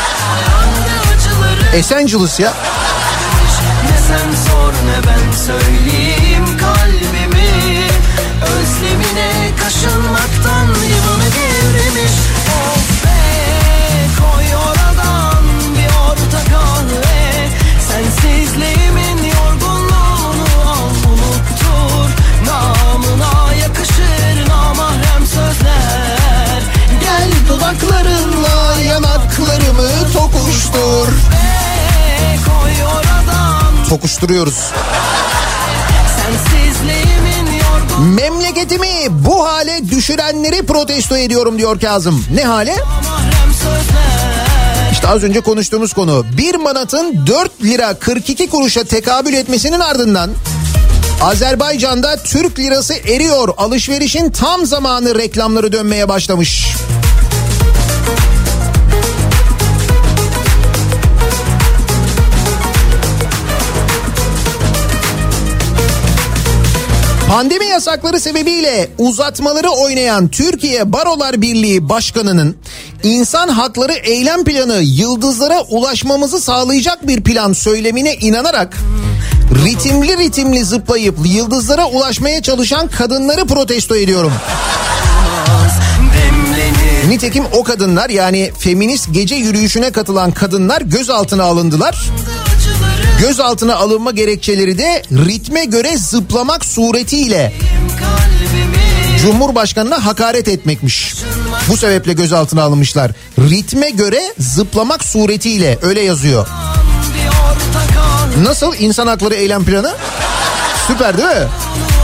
Speaker 1: Esenciles ya.
Speaker 7: Sen sor ne ben söyleyeyim kalbimi, özlemine kaşınmaktan yılını devremiş. Of be, koy oradan bir orta kahve, sensizliğimin yorgunluğunu al unuttur. Namına yakışır namahrem sözler, gel dudaklarınla yanaklarımı tokuştur. Be, koy oradan.
Speaker 1: Tokuşturuyoruz. Memleketimi bu hale düşürenleri protesto ediyorum diyor Kazım. Ne hale? İşte az önce konuştuğumuz konu. Bir manatın dört lira kırk iki kuruşa tekabül etmesinin ardından Azerbaycan'da Türk lirası eriyor, alışverişin tam zamanı reklamları dönmeye başlamış. Pandemi yasakları sebebiyle uzatmaları oynayan Türkiye Barolar Birliği Başkanı'nın insan hakları eylem planı yıldızlara ulaşmamızı sağlayacak bir plan söylemine inanarak ritimli ritimli zıplayıp yıldızlara ulaşmaya çalışan kadınları protesto ediyorum. Nitekim o kadınlar, yani feminist gece yürüyüşüne katılan kadınlar gözaltına alındılar. Gözaltına alınma gerekçeleri de ritme göre zıplamak suretiyle Cumhurbaşkanı'na hakaret etmekmiş. Bu sebeple gözaltına alınmışlar. Ritme göre zıplamak suretiyle, öyle yazıyor. Nasıl insan hakları eylem planı? Süper değil mi?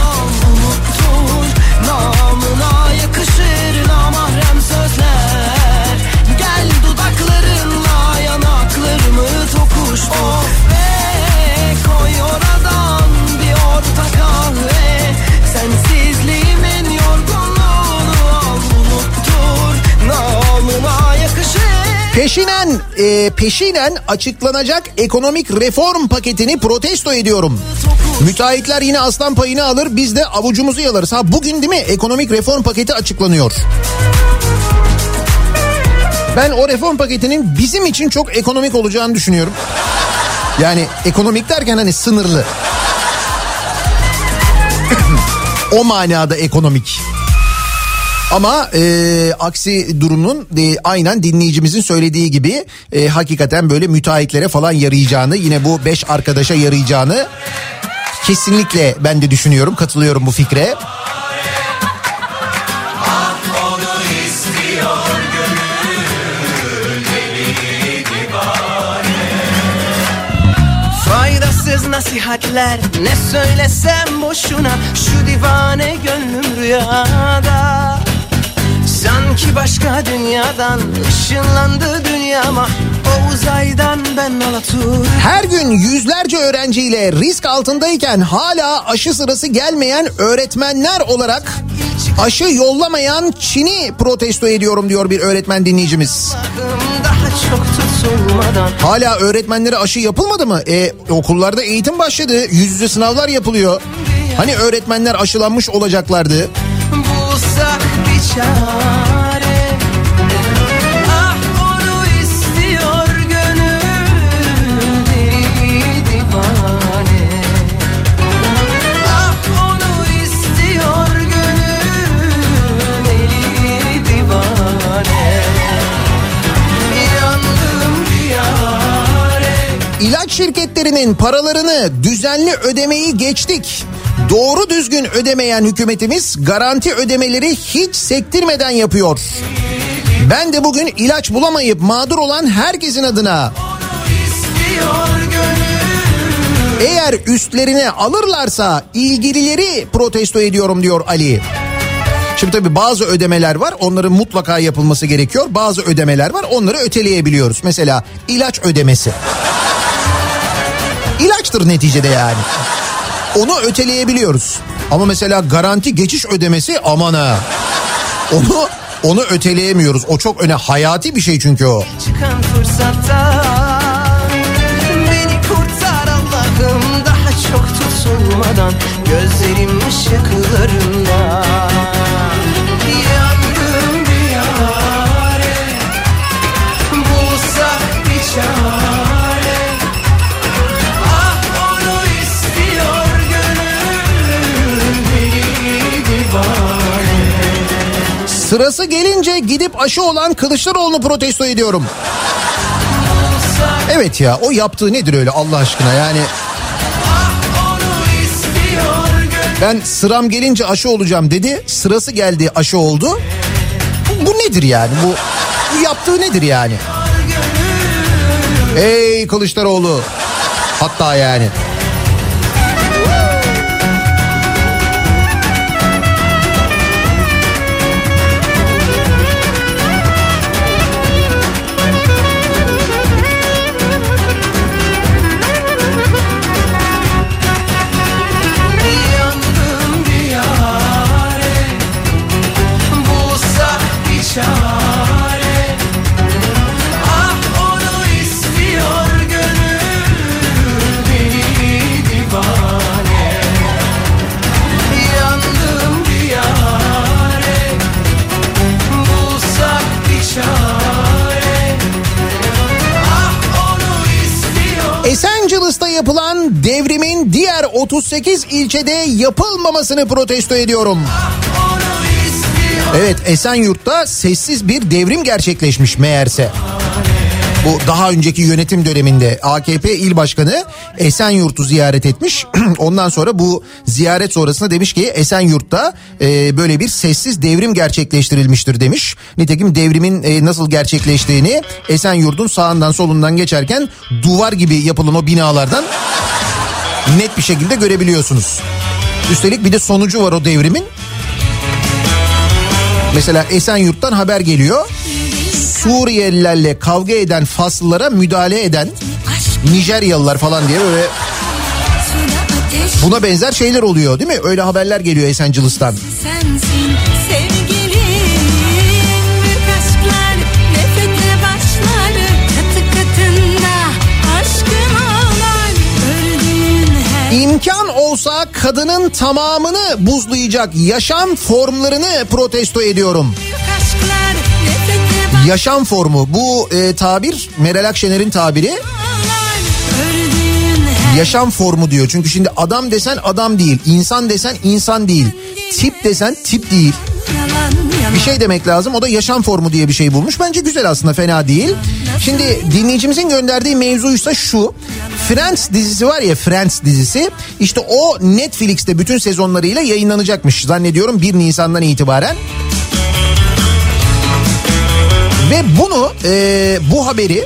Speaker 1: Peşinen, e, peşinen açıklanacak ekonomik reform paketini protesto ediyorum. Müteahhitler yine aslan payını alır, biz de avucumuzu yalarız. Ha bugün değil mi ekonomik reform paketi açıklanıyor. Ben o reform paketinin bizim için çok ekonomik olacağını düşünüyorum. Yani ekonomik derken hani sınırlı. O manada ekonomik. Ama e, aksi durumun e, aynen dinleyicimizin söylediği gibi e, hakikaten böyle müteahhitlere falan yarayacağını, yine bu beş arkadaşa yarayacağını kesinlikle ben de düşünüyorum, katılıyorum bu fikre.
Speaker 7: Faydasız nasihatler, ne söylesem boşuna, şu divane gönlüm rüyada. Sanki Sanki başka dünyadan ışınlandı dünyama. O uzaydan ben Alatur.
Speaker 1: Her gün yüzlerce öğrenciyle risk altındayken hala aşı sırası gelmeyen öğretmenler olarak aşı yollamayan Çin'i protesto ediyorum diyor bir öğretmen dinleyicimiz.
Speaker 7: Daha çok tutulmadan.
Speaker 1: Hala öğretmenlere aşı yapılmadı mı? E, okullarda eğitim başladı. Yüz yüze sınavlar yapılıyor. Hani öğretmenler aşılanmış olacaklardı.
Speaker 7: Bulsak bir çare. Ah onu istiyor gönül deli divane. Ah onu istiyor gönül deli divane. Yandım diyare.
Speaker 1: İlaç şirketlerinin paralarını düzenli ödemeyi geçtik. Doğru düzgün ödemeyen hükümetimiz garanti ödemeleri hiç sektirmeden yapıyor. Ben de bugün ilaç bulamayıp mağdur olan herkesin adına eğer üstlerine alırlarsa ilgilileri protesto ediyorum diyor Ali. Şimdi tabii bazı ödemeler var, onların mutlaka yapılması gerekiyor. Bazı ödemeler var, onları öteleyebiliyoruz. Mesela ilaç ödemesi. İlaçtır neticede yani. Onu öteleyebiliyoruz. Ama mesela garanti geçiş ödemesi aman ha. Onu onu öteleyemiyoruz. O çok önemli, hayati bir şey çünkü o.
Speaker 7: Çıkan fırsattan beni kurtar Allah'ım, daha çok tutulmadan gözlerim ışıklarında. Yandım bir yare, bulsak bir çare. Ah onu istiyor gönül deli divane.
Speaker 1: Sırası gelince gidip aşı olan Kılıçdaroğlu'nu protesto ediyorum. Evet ya, o yaptığı nedir öyle Allah aşkına yani. Ben sıram gelince aşı olacağım dedi. Sırası geldi aşı oldu. Bu, bu nedir yani? Bu, bu yaptığı nedir yani? Ey Kılıçdaroğlu. Hatta yani. Esencilis'te yapılan devrimin diğer otuz sekiz ilçede yapılmamasını protesto ediyorum. Evet, Esenyurt'ta sessiz bir devrim gerçekleşmiş meğerse. Bu daha önceki yönetim döneminde A K P il başkanı Esenyurt'u ziyaret etmiş. Ondan sonra bu ziyaret sonrasında demiş ki Esenyurt'ta e, böyle bir sessiz devrim gerçekleştirilmiştir demiş. Nitekim devrimin e, nasıl gerçekleştiğini Esenyurt'un sağından solundan geçerken duvar gibi yapılan o binalardan net bir şekilde görebiliyorsunuz. Üstelik bir de sonucu var o devrimin. Mesela Esenyurt'tan haber geliyor. Suriyelilerle kavga eden Faslılara müdahale eden Nijeryalılar falan diye böyle buna benzer şeyler oluyor değil mi? Öyle haberler geliyor Esencilis'ten.
Speaker 6: Sensin sevgilim, büyük aşklar nefretle başlar, katı katında aşkın ağlar, öldüğün her...
Speaker 1: İmkan olsa kadının tamamını buzlayacak yaşam formlarını protesto ediyorum.
Speaker 6: Büyük aşklar nefretle
Speaker 1: Yaşam formu, bu e, tabir Meral Akşener'in tabiri.
Speaker 6: öldüğün her...
Speaker 1: Yaşam formu diyor. Çünkü şimdi adam desen adam değil, insan desen insan değil, tip desen tip değil.
Speaker 6: Yalan, yalan.
Speaker 1: Bir şey demek lazım. O da yaşam formu diye bir şey bulmuş. Bence güzel aslında, fena değil. Şimdi dinleyicimizin gönderdiği mevzuysa şu. Friends dizisi var ya, Friends dizisi. İşte o Netflix'te bütün sezonlarıyla yayınlanacakmış. Zannediyorum bir Nisan'dan itibaren. Ve bunu e, bu haberi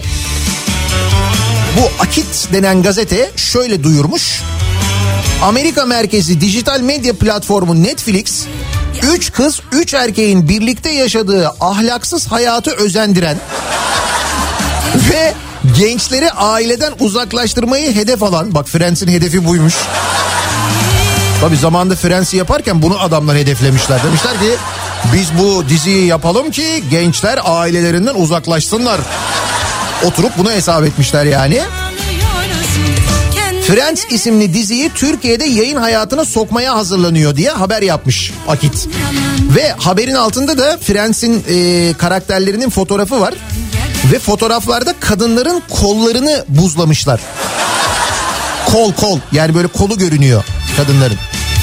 Speaker 1: bu Akit denen gazete şöyle duyurmuş. Amerika merkezli dijital medya platformu Netflix Üç kız, üç erkeğin birlikte yaşadığı ahlaksız hayatı özendiren ve gençleri aileden uzaklaştırmayı hedef alan, bak Friends'in hedefi buymuş. Tabii zamanında Friends'i yaparken bunu adamlar hedeflemişler. Demişler ki biz bu diziyi yapalım ki gençler ailelerinden uzaklaşsınlar. Oturup bunu hesap etmişler yani. Friends isimli diziyi Türkiye'de yayın hayatına sokmaya hazırlanıyor diye haber yapmış Akit. Ve haberin altında da Friends'in e, karakterlerinin fotoğrafı var. Ve fotoğraflarda kadınların kollarını buzlamışlar. Kol kol, yani böyle kolu görünüyor kadınların.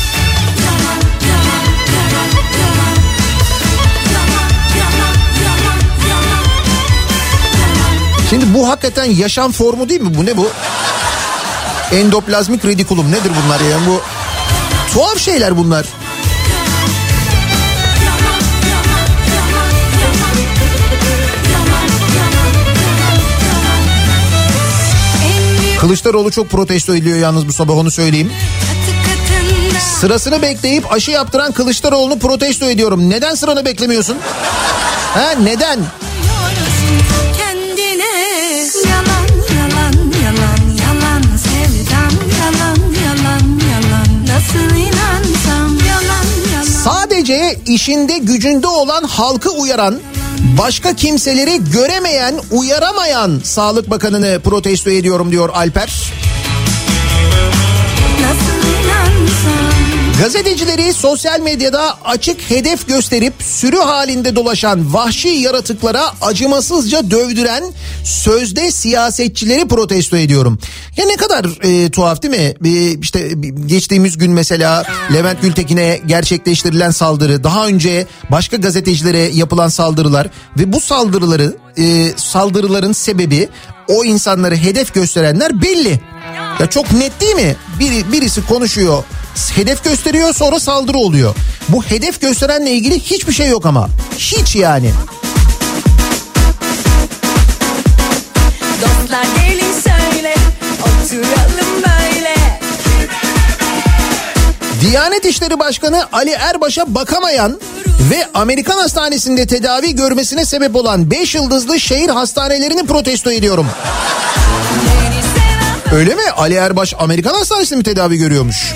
Speaker 1: Şimdi bu hakikaten yaşam formu değil mi? Bu ne bu? Endoplazmik redikulum nedir bunlar ya? Yani bu tuhaf şeyler bunlar. Kılıçdaroğlu çok protesto ediliyor yalnız bu sabah, onu söyleyeyim. Sırasını bekleyip aşı yaptıran Kılıçdaroğlu'nu protesto ediyorum. Neden sıranı beklemiyorsun? Ha, neden? Sadece işinde gücünde olan halkı uyaran, başka kimseleri göremeyen, uyaramayan Sağlık Bakanı'nı protesto ediyorum diyor Alper. Gazetecileri sosyal medyada açık hedef gösterip sürü halinde dolaşan vahşi yaratıklara acımasızca dövdüren sözde siyasetçileri protesto ediyorum. Ya ne kadar e, tuhaf değil mi? E, işte geçtiğimiz gün mesela Levent Gültekin'e gerçekleştirilen saldırı, daha önce başka gazetecilere yapılan saldırılar ve bu saldırıları e, saldırıların sebebi o insanları hedef gösterenler belli. Ya çok net değil mi? Biri, birisi konuşuyor, hedef gösteriyor, sonra saldırı oluyor. Bu hedef gösterenle ilgili hiçbir şey yok ama. Hiç yani.
Speaker 6: Dostlar gelin söyle, oturalım böyle.
Speaker 1: Diyanet İşleri Başkanı Ali Erbaş'a bakamayan ve Amerikan hastanesinde tedavi görmesine sebep olan beş yıldızlı şehir hastanelerini protesto ediyorum. Öyle mi? Ali Erbaş Amerikan hastanesinde mi tedavi görüyormuş?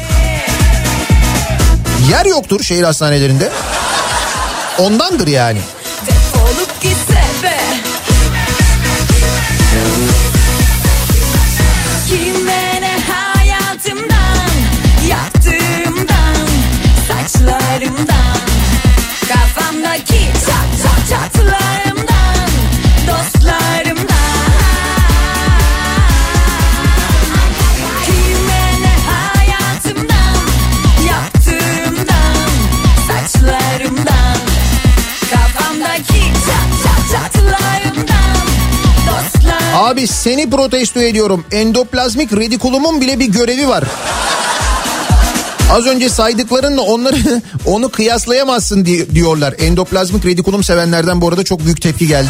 Speaker 1: Yer yoktur şehir hastanelerinde. Ondandır yani.
Speaker 6: Defolup gitse be. Kime ne hayatımdan, yaptığımdan, saçlarımdan, kafamdaki çat çat çatlarımdan, dostlarımdan. Kime ne hayatımdan, yaptığımdan, saçlarımdan, kafamdaki çat çat çatlarımdan, dostlarımdan.
Speaker 1: Abi seni protesto ediyorum. Endoplazmik redikulumun bile bir görevi var. Az önce saydıklarınla onları onu kıyaslayamazsın diyorlar. Endoplazmik redikulum sevenlerden bu arada çok büyük tepki geldi.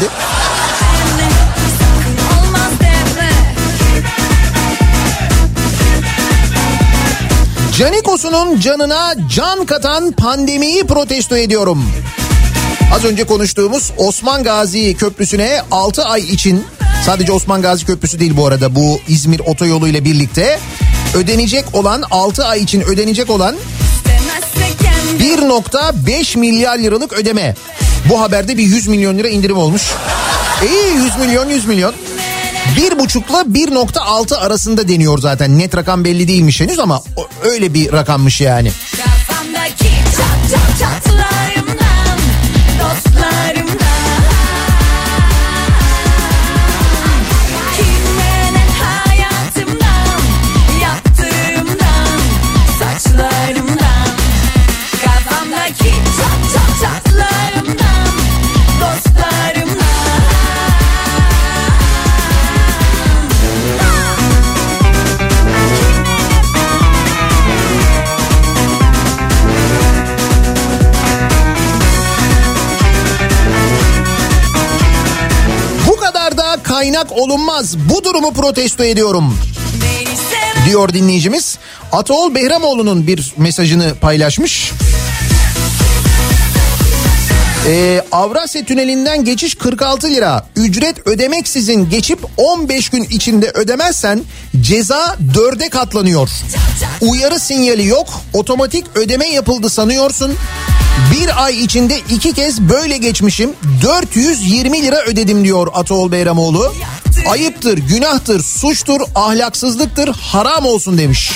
Speaker 1: Canikos'unun canına can katan pandemiyi protesto ediyorum. Az önce konuştuğumuz Osman Gazi Köprüsü'ne altı ay için, sadece Osman Gazi Köprüsü değil bu arada, bu İzmir otoyolu ile birlikte ödenecek olan, altı ay için ödenecek olan bir nokta beş milyar liralık ödeme. Bu haberde bir yüz milyon lira indirim olmuş. İyi, yüz milyon yüz milyon. bir buçukla bir nokta altı arasında deniyor zaten. Net rakam belli değilmiş henüz ama öyle bir rakammış yani.
Speaker 6: Kafamdaki çat çat çatlarımdan, dostlarımdan. Kime ne hayatımdan, yaptığımdan, saçlarımdan, kafamdaki çat çat çatlarımdan, dostlarımdan.
Speaker 1: Kaynak olunmaz. Bu durumu protesto ediyorum diyor dinleyicimiz. Ataol Behramoğlu'nun bir mesajını paylaşmış. Ee, Avrasya Tüneli'nden geçiş kırk altı lira. Ücret ödemeksizin geçip on beş gün içinde ödemezsen ceza dörde katlanıyor. Uyarı sinyali yok. Otomatik ödeme yapıldı sanıyorsun. Bir ay içinde iki kez böyle geçmişim. dört yüz yirmi lira ödedim diyor Ataol Beyramoğlu. Ayıptır, günahtır, suçtur, ahlaksızlıktır, haram olsun demiş.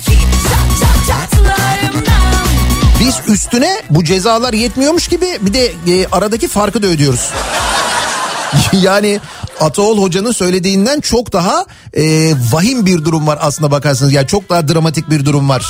Speaker 1: Biz üstüne bu cezalar yetmiyormuş gibi bir de e, aradaki farkı da ödüyoruz. Yani Ataol Hoca'nın söylediğinden çok daha e, vahim bir durum var aslında bakarsanız. Yani çok daha dramatik bir durum var.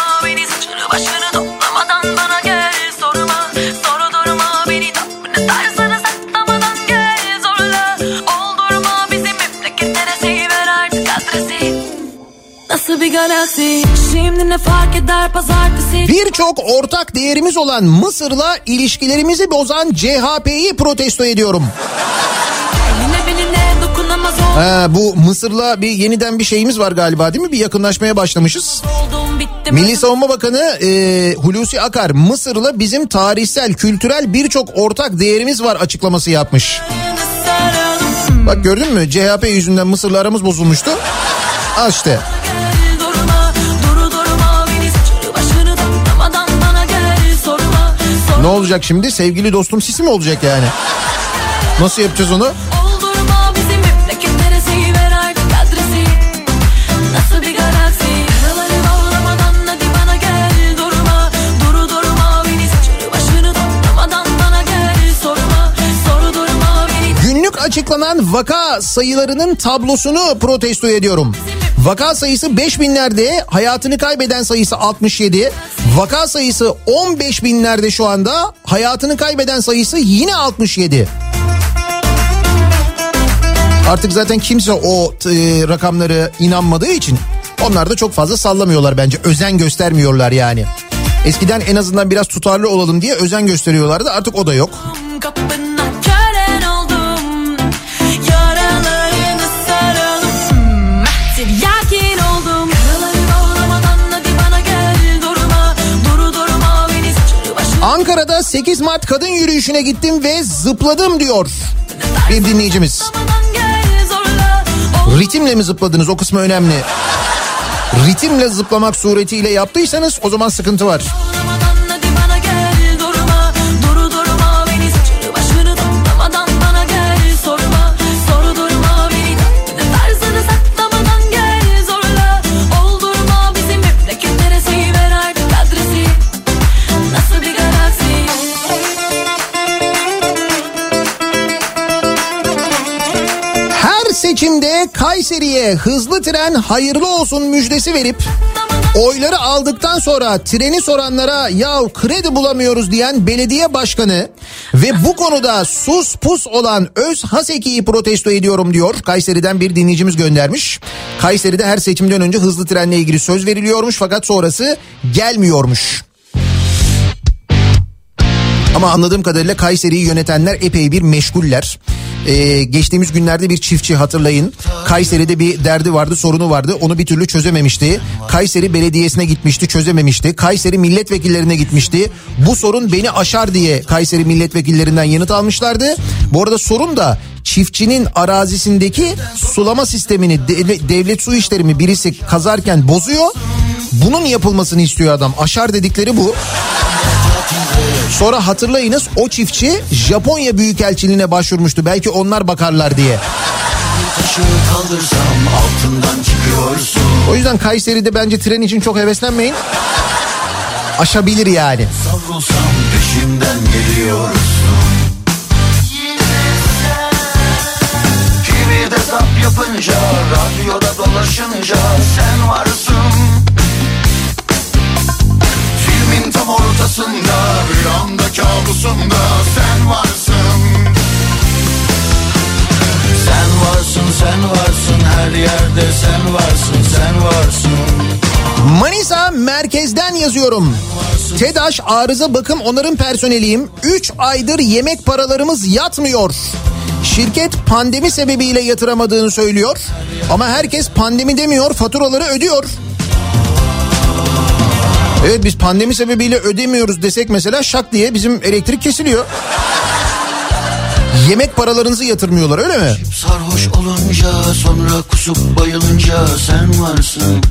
Speaker 6: Bir galaksi, şimdi ne fark eder pazartesi.
Speaker 1: Birçok ortak değerimiz olan Mısır'la ilişkilerimizi bozan C H P'yi protesto ediyorum. Ha, bu Mısır'la bir yeniden bir şeyimiz var galiba değil mi? Bir yakınlaşmaya başlamışız. Milli Savunma Bakanı e, Hulusi Akar Mısır'la bizim tarihsel, kültürel birçok ortak değerimiz var açıklaması yapmış. Bak gördün mü? C H P yüzünden Mısır'la aramız bozulmuştu. Al işte. Ne olacak şimdi? Sevgili dostum Sisi mi olacak yani? Nasıl yapacağız onu? Günlük açıklanan vaka sayılarının tablosunu protesto ediyorum. Vaka sayısı beş binlerde, hayatını kaybeden sayısı altmış yedi. Vaka sayısı on beş binlerde şu anda, hayatını kaybeden sayısı yine altmış yedi. Artık zaten kimse o e, rakamları inanmadığı için onlar da çok fazla sallamıyorlar bence. Özen göstermiyorlar yani. Eskiden en azından biraz tutarlı olalım diye özen gösteriyorlardı, artık o da yok. Ankara'da sekiz Mart kadın yürüyüşüne gittim ve zıpladım diyor bir dinleyicimiz. Ritimle mi zıpladınız? O kısmı önemli. Ritimle zıplamak suretiyle yaptıysanız o zaman sıkıntı var. Seçimde Kayseri'ye hızlı tren hayırlı olsun müjdesi verip oyları aldıktan sonra treni soranlara ya kredi bulamıyoruz diyen belediye başkanı ve bu konuda sus pus olan Öz Haseki'yi protesto ediyorum diyor. Kayseri'den bir dinleyicimiz göndermiş. Kayseri'de her seçimden önce hızlı trenle ilgili söz veriliyormuş fakat sonrası gelmiyormuş. Ama anladığım kadarıyla Kayseri'yi yönetenler epey bir meşguller. Ee, geçtiğimiz günlerde bir çiftçi, hatırlayın, Kayseri'de bir derdi vardı, sorunu vardı, onu bir türlü çözememişti. Kayseri Belediyesi'ne gitmişti, çözememişti. Kayseri milletvekillerine gitmişti, bu sorun beni aşar diye Kayseri milletvekillerinden yanıt almışlardı. Bu arada sorun da çiftçinin arazisindeki sulama sistemini devlet su işleri mi birisi kazarken bozuyor. Bunun yapılmasını istiyor adam. Aşar dedikleri bu. Sonra hatırlayınız, o çiftçi Japonya Büyükelçiliğine başvurmuştu. Belki onlar bakarlar diye. O yüzden Kayseri'de bence tren için çok heveslenmeyin. Aşabilir yani. Savrulsam peşimden geliyorsun. T V'de zap yapınca, radyoda dolaşınca sen varsın. Filmin tam ortasında, rüyamda kabusumda sen varsın. Sen varsın, sen varsın, her yerde sen varsın, sen varsın. Manisa merkezden yazıyorum. TEDAŞ arıza bakım onarım personeliyim. üç aydır yemek paralarımız yatmıyor. Şirket pandemi sebebiyle yatıramadığını söylüyor. Ama herkes pandemi demiyor, faturaları ödüyor. Evet, biz pandemi sebebiyle ödemiyoruz desek mesela şak diye bizim elektrik kesiliyor. Yemek paralarınızı yatırmıyorlar, öyle mi?
Speaker 8: Sarhoş olunca, sonra kusup bayılınca sen varsın.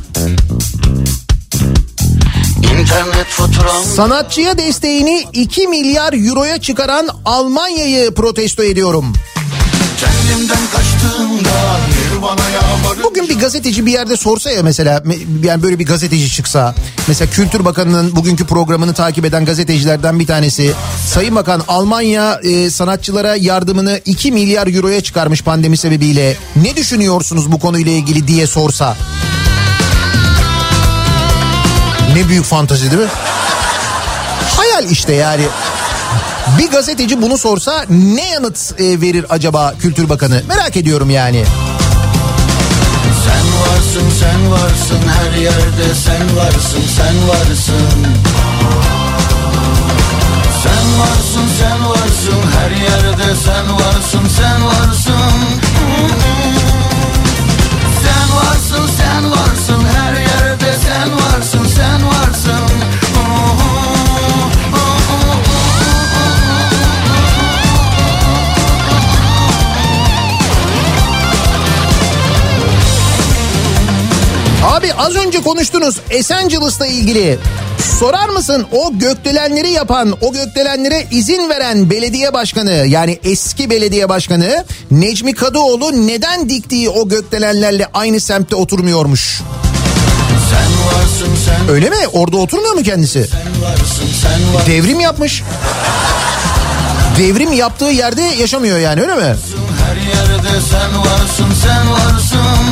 Speaker 8: İnternet faturam...
Speaker 1: Sanatçıya desteğini iki milyar euroya çıkaran Almanya'yı protesto ediyorum.
Speaker 8: Kendimden kaçtığımda Nirvana'ya varınca...
Speaker 1: Bugün bir gazeteci bir yerde sorsa ya mesela, yani böyle bir gazeteci çıksa, mesela Kültür Bakanı'nın bugünkü programını takip eden gazetecilerden bir tanesi, Sayın Bakan Almanya e, sanatçılara yardımını iki milyar euroya çıkarmış pandemi sebebiyle, ne düşünüyorsunuz bu konuyla ilgili diye sorsa. Ne büyük fantezi değil mi? Hayal işte yani. Bir gazeteci bunu sorsa ne yanıt e, verir acaba Kültür Bakanı? Merak ediyorum yani.
Speaker 8: Sen varsın, sen varsın, her yerde sen varsın, sen varsın. Sen varsın, sen varsın, her yerde sen varsın, sen varsın. Sen varsın, sen varsın, her yerde sen varsın, sen varsın.
Speaker 1: Abi az önce konuştunuz Esencilis'la ilgili. Sorar mısın o gökdelenleri yapan, o gökdelenlere izin veren belediye başkanı, yani eski belediye başkanı Necmi Kadıoğlu neden diktiği o gökdelenlerle aynı semtte oturmuyormuş?
Speaker 8: Sen varsın, sen...
Speaker 1: Öyle mi? Orada oturmuyor mu kendisi?
Speaker 8: Sen varsın, sen varsın.
Speaker 1: Devrim yapmış. Devrim yaptığı yerde yaşamıyor yani, öyle mi?
Speaker 8: Her yerde sen varsın, sen varsın.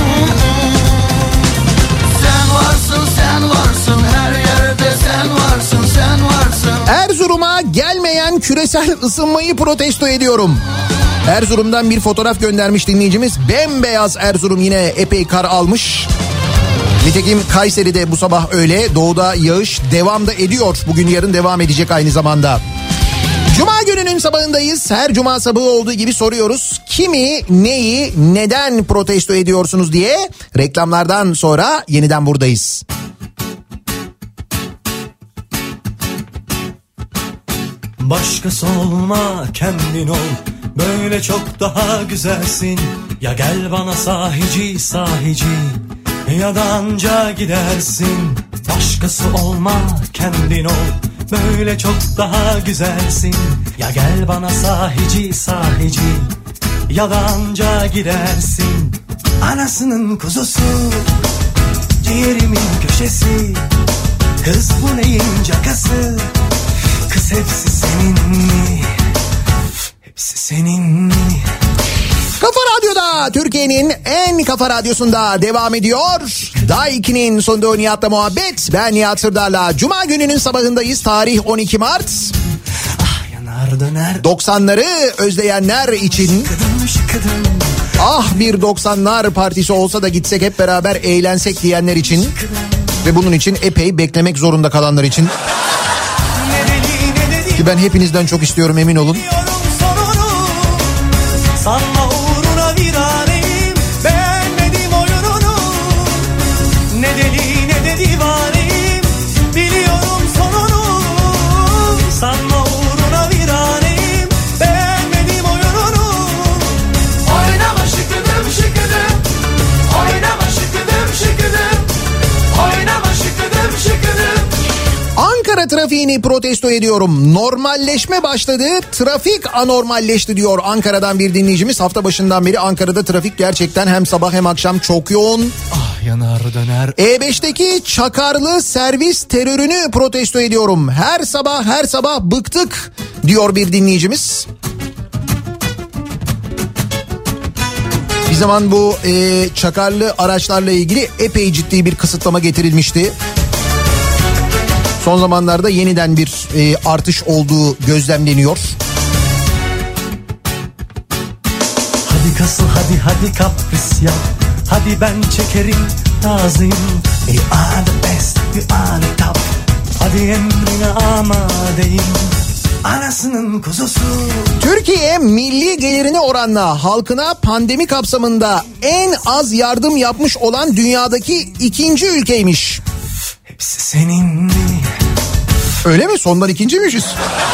Speaker 8: Sen varsın, sen varsın, her yerde sen varsın, sen varsın.
Speaker 1: Erzurum'a gelmeyen küresel ısınmayı protesto ediyorum. Erzurum'dan bir fotoğraf göndermiş dinleyicimiz. Bembeyaz Erzurum, yine epey kar almış. Nitekim Kayseri'de bu sabah öyle. Doğuda yağış devam da ediyor. Bugün yarın devam edecek aynı zamanda. Cuma gününün sabahındayız. Her cuma sabahı olduğu gibi soruyoruz. Kimi, neyi, neden protesto ediyorsunuz diye. Reklamlardan sonra yeniden buradayız.
Speaker 9: Başkası olma, kendin ol. Böyle çok daha güzelsin. Ya gel bana sahici sahici, ya da anca gidersin. Başkası olma, kendin ol. Böyle çok daha güzelsin. Ya gel bana sahici sahici, ya da anca gidersin. Anasının kuzusu, ciğerimin köşesi. Kız bu neyin cakası? Kız hepsi senin mi? Hepsi senin mi?
Speaker 1: Kafa Radyo'da, Türkiye'nin en kafa radyosunda devam ediyor. Daiki'nin sonunda Nihat'la muhabbet. Ben Nihat Sırdar'la. Cuma gününün sabahındayız. Tarih on iki Mart.
Speaker 9: Ah yanar döner.
Speaker 1: doksanları özleyenler için.
Speaker 9: Şıkıdım, şıkıdım.
Speaker 1: Ah bir doksanlar partisi olsa da gitsek hep beraber eğlensek diyenler için. Ve bunun için epey beklemek zorunda kalanlar için. Ki ben hepinizden çok istiyorum, emin olun.
Speaker 9: Sanma uğruna viraneyim, beğenmedim oyununu. Ne deli ne de divaneyim, biliyorum sonunu. Sanma uğruna viraneyim, beğenmedim oyununu.
Speaker 8: Oynama şıkıdım şıkıdım, oynama şıkıdım şıkıdım, oynama şıkıdım şıkıdım.
Speaker 1: Ankara trafiğini protesto ediyorum. Normalleşme başladı, trafik anormalleşti diyor Ankara'dan bir dinleyicimiz. Hafta başından beri Ankara'da trafik gerçekten hem sabah hem akşam çok yoğun.
Speaker 9: Ah yanar döner.
Speaker 1: E beşteki çakarlı servis terörünü protesto ediyorum. Her sabah her sabah bıktık diyor bir dinleyicimiz. Bir zaman bu e, çakarlı araçlarla ilgili epey ciddi bir kısıtlama getirilmişti. Son zamanlarda yeniden bir e, artış olduğu gözlemleniyor.
Speaker 9: Hadi kasıl hadi hadi kapris yap. Hadi ben çekerim razıyım. You are the best, you are the top. Hadi emrine amadeyim. Anasının kuzusu.
Speaker 1: Türkiye milli gelirine oranla halkına pandemi kapsamında en az yardım yapmış olan dünyadaki ikinci ülkeymiş.
Speaker 9: Hepsi senin mi?
Speaker 1: Öyle mi? Sondan ikinciymişiz.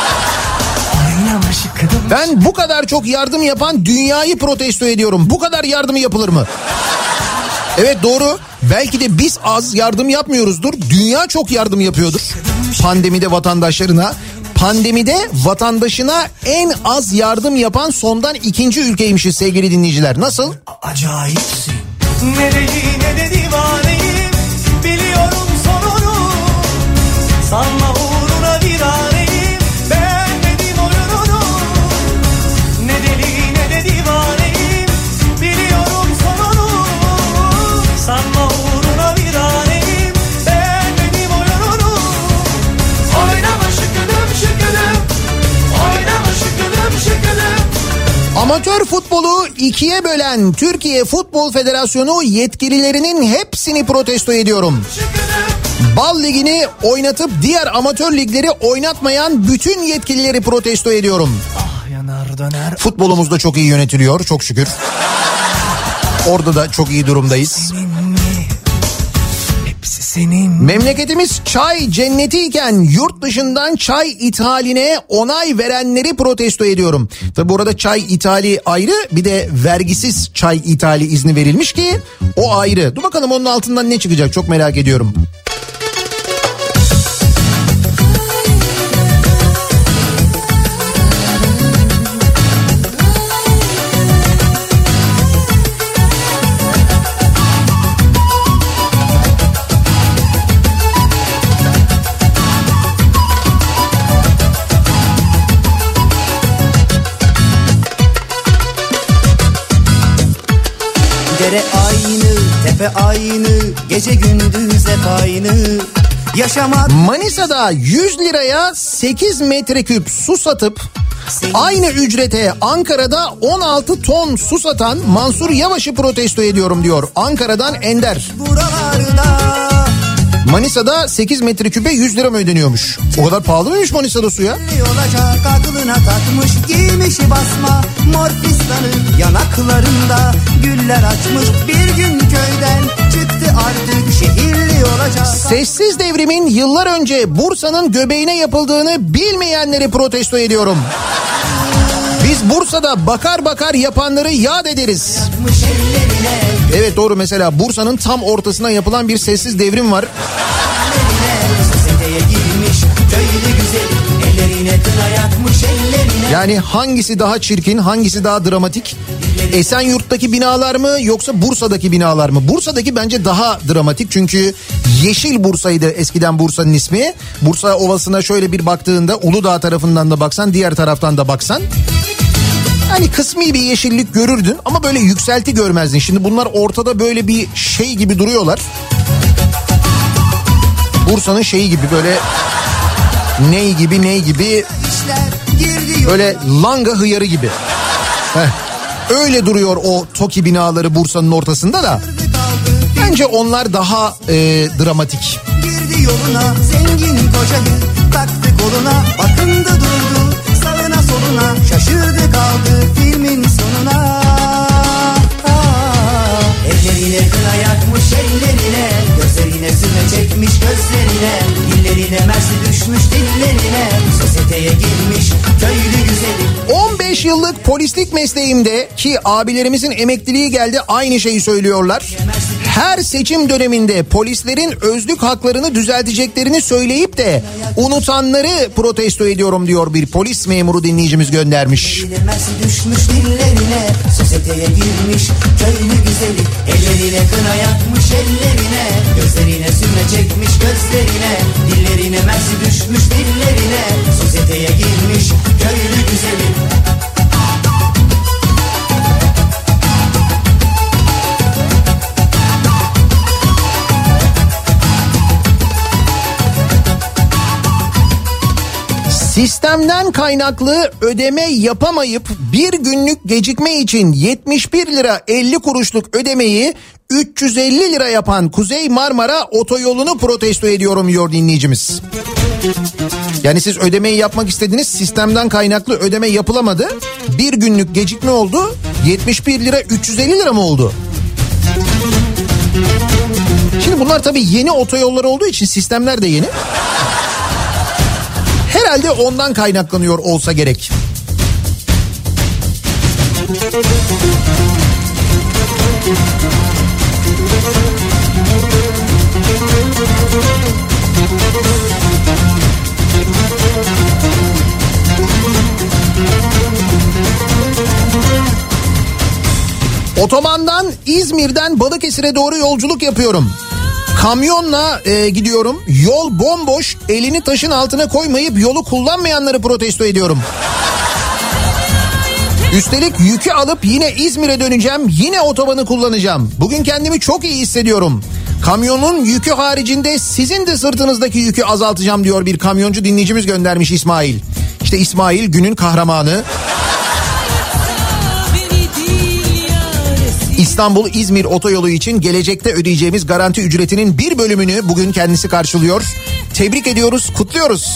Speaker 1: Ben bu kadar çok yardım yapan dünyayı protesto ediyorum. Bu kadar yardımı yapılır mı? Evet doğru. Belki de biz az yardım yapmıyoruzdur. Dünya çok yardım yapıyordur. Pandemide vatandaşlarına. Pandemide vatandaşına en az yardım yapan sondan ikinci ülkeymişiz sevgili dinleyiciler. Nasıl?
Speaker 9: Acayipsin. Ne deli ne de divaneyim. Biliyorum sonunu. Sanma uğruna viraneyim. Beğenmedim oyununu. Ne deli ne de divaneyim. Biliyorum sonunu. Sanma uğruna viraneyim. Beğenmedim oyununu. Oynama şıkıdım şıkıdım. Oynama şıkıdım şıkıdım.
Speaker 1: Amatör futbolu ikiye bölen Türkiye Futbol Federasyonu yetkililerinin hepsini protesto ediyorum. Bal Ligi'ni oynatıp diğer amatör ligleri oynatmayan bütün yetkilileri protesto ediyorum.
Speaker 9: Ah yanar döner.
Speaker 1: Futbolumuz da çok iyi yönetiliyor çok şükür. Orada da çok iyi durumdayız.
Speaker 9: Senin.
Speaker 1: Memleketimiz çay cennetiyken yurt dışından çay ithaline onay verenleri protesto ediyorum. Tabi bu arada çay ithali ayrı, bir de vergisiz çay ithali izni verilmiş ki o ayrı. Dur bakalım onun altından ne çıkacak, çok merak ediyorum.
Speaker 10: Dere aynı, tepe aynı, gece gündüz hep aynı. Yaşamak...
Speaker 1: Manisa'da yüz liraya sekiz metreküp su satıp aynı ücrete Ankara'da on altı ton su satan Mansur Yavaş'ı protesto ediyorum diyor. Ankara'dan Ender.
Speaker 10: Buralarda...
Speaker 1: Manisa'da sekiz metreküpe yüz lira mı ödeniyormuş? O kadar pahalı mıymış Manisa'da su ya?
Speaker 10: Olacak aklına takmış, giymişi basma mor fistanı, yanaklarında güller açmış. Bir gün köyden çıktı artık şehirli olacak.
Speaker 1: Sessiz devrimin yıllar önce Bursa'nın göbeğine yapıldığını bilmeyenleri protesto ediyorum. Biz Bursa'da bakar bakar yapanları yad ederiz. Evet doğru, mesela Bursa'nın tam ortasına yapılan bir sessiz devrim var. Yani hangisi daha çirkin, hangisi daha dramatik? Esenyurt'taki binalar mı yoksa Bursa'daki binalar mı? Bursa'daki bence daha dramatik çünkü Yeşil Bursa'ydı eskiden Bursa'nın ismi. Bursa Ovası'na şöyle bir baktığında Uludağ tarafından da baksan, diğer taraftan da baksan, hani kısmi bir yeşillik görürdün ama böyle yükselti görmezdin. Şimdi bunlar ortada böyle bir şey gibi duruyorlar. Bursa'nın şeyi gibi, böyle ney gibi ney gibi, böyle langa hıyarı gibi. Heh. Öyle duruyor o TOKİ binaları Bursa'nın ortasında da. Bence onlar daha e, dramatik.
Speaker 10: Girdi yoluna zengin kocayı taktı koluna, bakındı durdu sağına soluna, şaşırdı kaldı filmin sonuna. Ellerine kına yakmış ellerine, gözlerine süme çekmiş gözlerine, dillerine mersi düşmüş dillerine, sosyeteye girmiş köylü güzeli.
Speaker 1: on beş yıllık polislik mesleğimde ki abilerimizin emekliliği geldi, aynı şeyi söylüyorlar. Her seçim döneminde polislerin özlük haklarını düzelteceklerini söyleyip de unutanları protesto ediyorum diyor bir polis memuru dinleyicimiz göndermiş.
Speaker 10: Düşmüş dillerine, sosyeteye girmiş köylü güzeli, ellerine kına yakmış ellerine, gözlerine sümme çekmiş gözlerine, dillerine mersi düşmüş dillerine, sosyeteye girmiş köylü güzeli.
Speaker 1: Sistemden kaynaklı ödeme yapamayıp bir günlük gecikme için yetmiş bir lira elli kuruşluk ödemeyi üç yüz elli lira yapan Kuzey Marmara Otoyolu'nu protesto ediyorum diyor dinleyicimiz. Yani siz ödemeyi yapmak istediniz, sistemden kaynaklı ödeme yapılamadı. Bir günlük gecikme oldu, yetmiş bir lira üç yüz elli lira mı oldu? Şimdi Şimdi bunlar tabii yeni otoyollar olduğu için sistemler de yeni. Herhalde ondan kaynaklanıyor olsa gerek. Otobandan İzmir'den Balıkesir'e doğru yolculuk yapıyorum. Kamyonla e, gidiyorum. Yol bomboş. Elini taşın altına koymayıp yolu kullanmayanları protesto ediyorum. Üstelik yükü alıp yine İzmir'e döneceğim. Yine otobanı kullanacağım. Bugün kendimi çok iyi hissediyorum. Kamyonun yükü haricinde sizin de sırtınızdaki yükü azaltacağım diyor bir kamyoncu dinleyicimiz göndermiş İsmail. İşte İsmail günün kahramanı. İstanbul-İzmir otoyolu için gelecekte ödeyeceğimiz garanti ücretinin bir bölümünü bugün kendisi karşılıyor. Tebrik ediyoruz, kutluyoruz.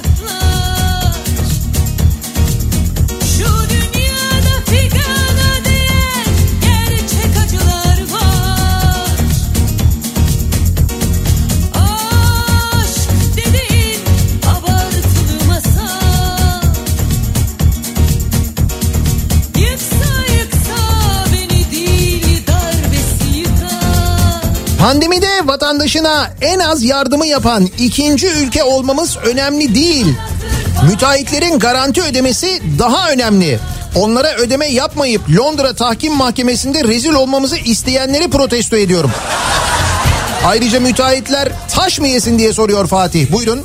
Speaker 1: Pandemide vatandaşına en az yardımı yapan ikinci ülke olmamız önemli değil. Müteahhitlerin garanti ödemesi daha önemli. Onlara ödeme yapmayıp Londra Tahkim Mahkemesi'nde rezil olmamızı isteyenleri protesto ediyorum. Ayrıca müteahhitler taş mı yesin diye soruyor Fatih. Buyurun.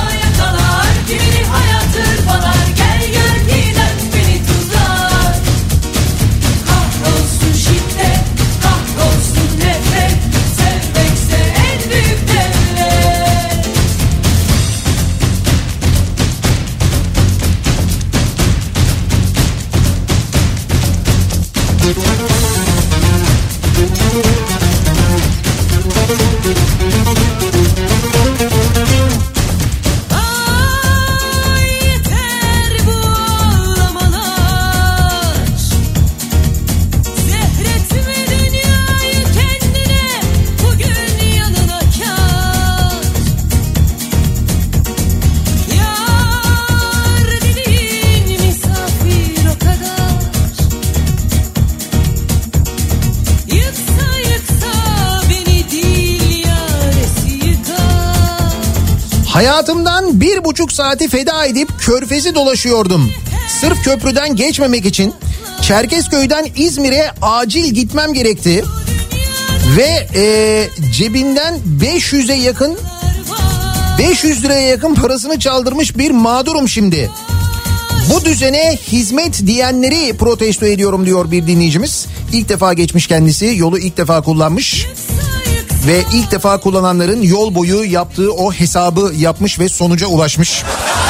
Speaker 1: Hayatımdan bir buçuk saati feda edip Körfez'i dolaşıyordum. Sırf köprüden geçmemek için Çerkezköy'den İzmir'e acil gitmem gerekti. Ve e, cebinden beş yüze yakın beş yüz liraya yakın parasını çaldırmış bir mağdurum şimdi. Bu düzene hizmet diyenleri protesto ediyorum diyor bir dinleyicimiz. İlk defa geçmiş kendisi, yolu ilk defa kullanmış. Ve ilk defa kullananların yol boyu yaptığı o hesabı yapmış ve sonuca ulaşmış.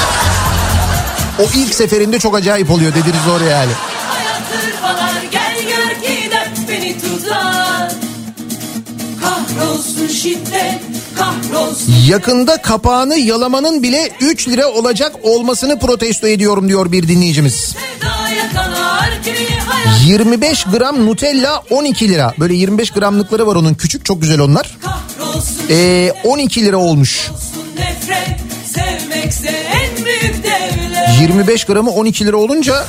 Speaker 1: O ilk seferinde çok acayip oluyor dediniz oraya yani. Yakında kapağını yalamanın bile üç lira olacak olmasını protesto ediyorum diyor bir dinleyicimiz. yirmi beş gram Nutella on iki lira. Böyle yirmi beş gramlıkları var onun, küçük, çok güzel onlar. Ee, on iki lira olmuş. yirmi beş gramı on iki lira olunca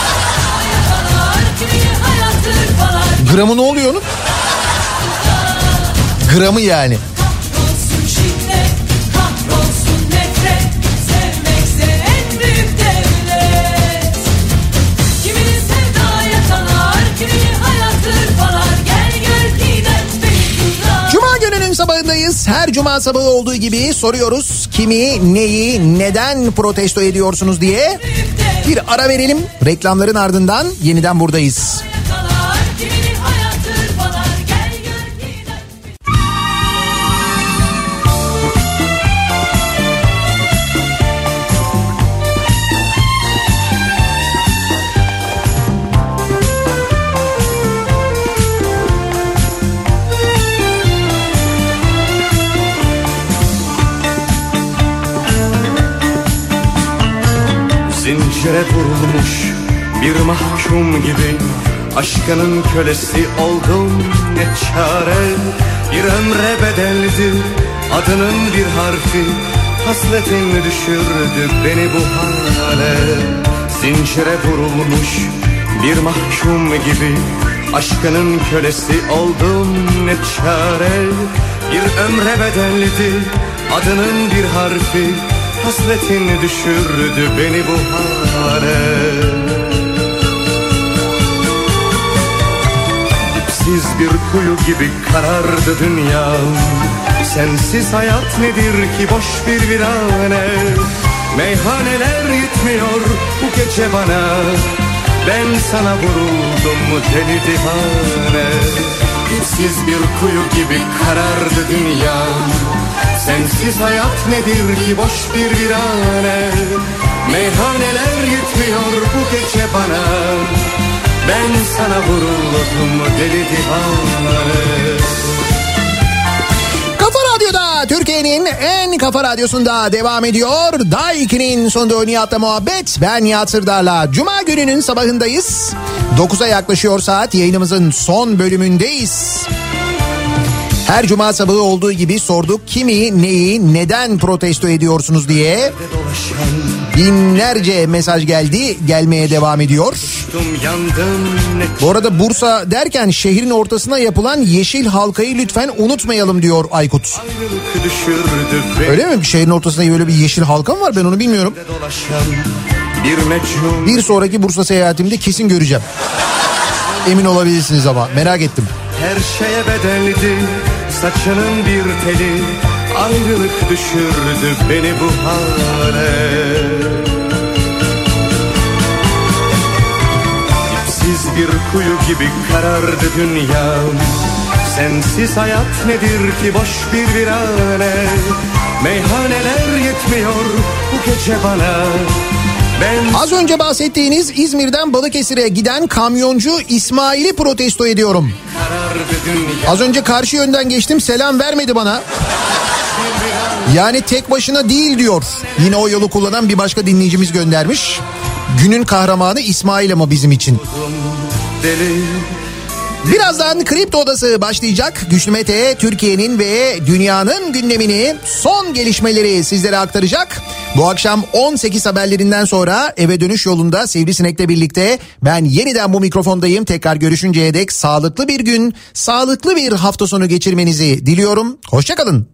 Speaker 1: gramı ne oluyor onun? Gramı yani. Sabahındayız. Her cuma sabahı olduğu gibi soruyoruz. Kimi, neyi, neden protesto ediyorsunuz diye. Bir ara verelim. Reklamların ardından yeniden buradayız.
Speaker 11: Zincire vurulmuş bir mahkum gibi Aşkının kölesi oldum ne çare. Bir ömre bedeldi adının bir harfi. Hasretin düşürdü beni bu hale. Zincire vurulmuş bir mahkum gibi. Aşkının kölesi oldum ne çare. Bir ömre bedeldi adının bir harfi. Hasretin düşürdü beni bu hale. Siz bir kuyu gibi karardı dünyam. Sensiz hayat nedir ki boş bir virane. Meyhaneler yetmiyor bu gece bana. Ben sana vuruldum deli divane. Siz bir kuyu gibi karardı dünyam. Sensiz hayat nedir ki boş bir virane. Meyhaneler yetmiyor bu gece bana. Ben sana vuruldum deli divane.
Speaker 1: Kafa Radyo'da, Türkiye'nin en kafa radyosunda devam ediyor. Daiki'nin sonunda Nihat'la muhabbet. Ben Nihat Sırdar'la. Cuma gününün sabahındayız. dokuza yaklaşıyor saat. Yayınımızın son bölümündeyiz. Her cuma sabahı olduğu gibi sorduk kimi, neyi, neden protesto ediyorsunuz diye. Binlerce mesaj geldi, gelmeye devam ediyor. Bu arada Bursa derken şehrin ortasına yapılan yeşil halkayı lütfen unutmayalım diyor Aykut. Öyle mi? Şehrin ortasında böyle bir yeşil halka mı var? Ben onu bilmiyorum. Bir sonraki Bursa seyahatimde kesin göreceğim. Emin olabilirsiniz ama merak ettim.
Speaker 11: Her şeye bedeldi saçının bir teli. Ayrılık düşürdü beni bu hale. Dipsiz bir kuyu gibi karardı dünyam. Sensiz hayat nedir ki boş bir virane. Meyhaneler yetmiyor bu gece bana. Ben...
Speaker 1: Az önce bahsettiğiniz İzmir'den Balıkesir'e giden kamyoncu İsmail'i protesto ediyorum. Az önce karşı yönden geçtim, selam vermedi bana. Yani tek başına değil diyor. Yine o yolu kullanan bir başka dinleyicimiz göndermiş. Günün kahramanı İsmail ama bizim için. Birazdan Kripto Odası başlayacak. Güçlü Mete Türkiye'nin ve dünyanın gündemini, son gelişmeleri sizlere aktaracak. Bu akşam on sekiz haberlerinden sonra eve dönüş yolunda Sivrisinek'le birlikte ben yeniden bu mikrofondayım. Tekrar görüşünceye dek sağlıklı bir gün, sağlıklı bir hafta sonu geçirmenizi diliyorum. Hoşça kalın.